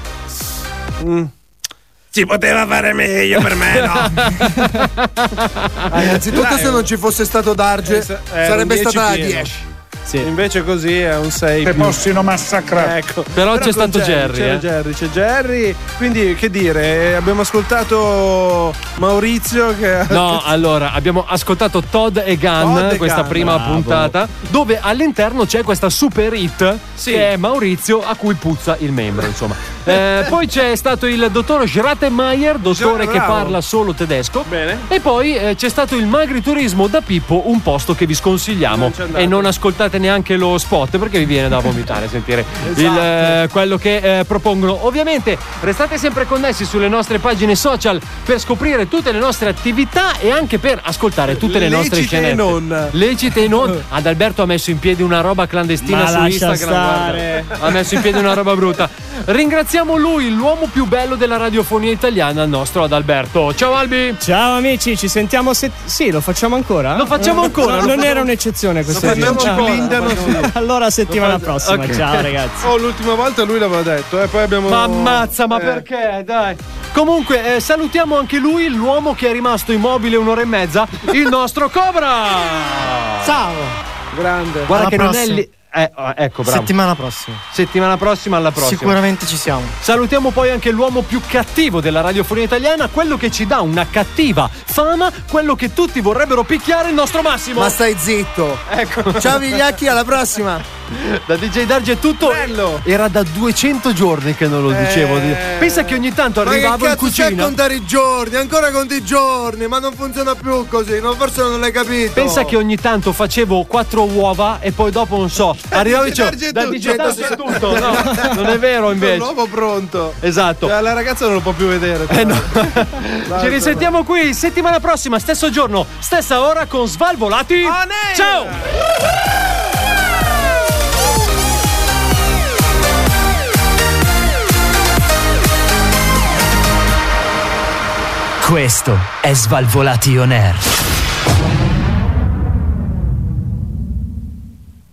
Si poteva fare meglio per me, no? Ah, innanzitutto Dai, se non ci fosse stato Darge eh, se- eh, sarebbe un dieci stata la pieno. dieci. Sì. Invece così è un sei Te più. possino massacrare. Ecco. Però c'è con stato Jerry, c'era eh. Jerry, c'è Jerry. Quindi che dire, abbiamo ascoltato Maurizio che No, allora, abbiamo ascoltato Todd e Gunn, Todd e questa Gunn, prima bravo. puntata, dove all'interno c'è questa super hit Sì. che è Maurizio, a cui puzza il membro, insomma. Eh, poi c'è stato il dottor Schrattenmeier, dottore Gra- che bravo. parla solo tedesco. Bene. E poi eh, c'è stato il Magriturismo da Pippo, un posto che vi sconsigliamo. Non ci andate. E non ascoltate neanche lo spot perché vi viene da vomitare sentire Esatto. il, eh, quello che eh, propongono. Ovviamente restate sempre connessi sulle nostre pagine social per scoprire tutte le nostre attività e anche per ascoltare tutte le nostre Lecite e scenette. non. Lecite e non. Adalberto ha messo in piedi una roba clandestina Ma su lascia Instagram. stare. guarda. Ha messo in piedi una roba brutta. Ringraziamo lui, l'uomo più bello della radiofonia italiana, il nostro Adalberto. Ciao Albi! Ciao amici, ci sentiamo se... Sì, lo facciamo ancora? Lo facciamo ancora, No, lo non facciamo- era un'eccezione questa facciamo volta. ancora, blindano, lo facciamo- sì. Allora settimana prossima, Ok. ciao ragazzi. Oh, l'ultima volta lui l'aveva detto, e poi abbiamo. Ma ammazza, ma Eh. perché? Dai. Comunque, eh, salutiamo anche lui, l'uomo che è rimasto immobile un'ora e mezza, il nostro Cobra! Ciao. Grande. Guarda Alla che non è prossima. lì. Eh, oh, ecco, bravo. Settimana prossima. Settimana prossima, alla prossima. Sicuramente ci siamo. Salutiamo poi anche l'uomo più cattivo della radiofonia italiana, quello che ci dà una cattiva fama, quello che tutti vorrebbero picchiare, il nostro Massimo. Ma stai zitto. Ecco. Ciao Vigliacchi, alla prossima. Da D J Darge è tutto. Bello. Era da duecento giorni che non lo dicevo. Pensa che ogni tanto Ma che arrivavo in cazzo c'è a cucina. contare i giorni? Ancora conti i giorni, ma non funziona più così, no, forse non l'hai capito. Pensa che ogni tanto facevo quattro uova e poi dopo non so, arrivavo e dicevo Darge da tu- D J Darge è tutto. No, non è vero invece. L'uovo pronto. Esatto. Cioè, la ragazza non lo può più vedere. Eh no. Ci risentiamo qui settimana prossima, stesso giorno, stessa ora con Svalvolati. Ciao! Questo è Svalvolati On Air.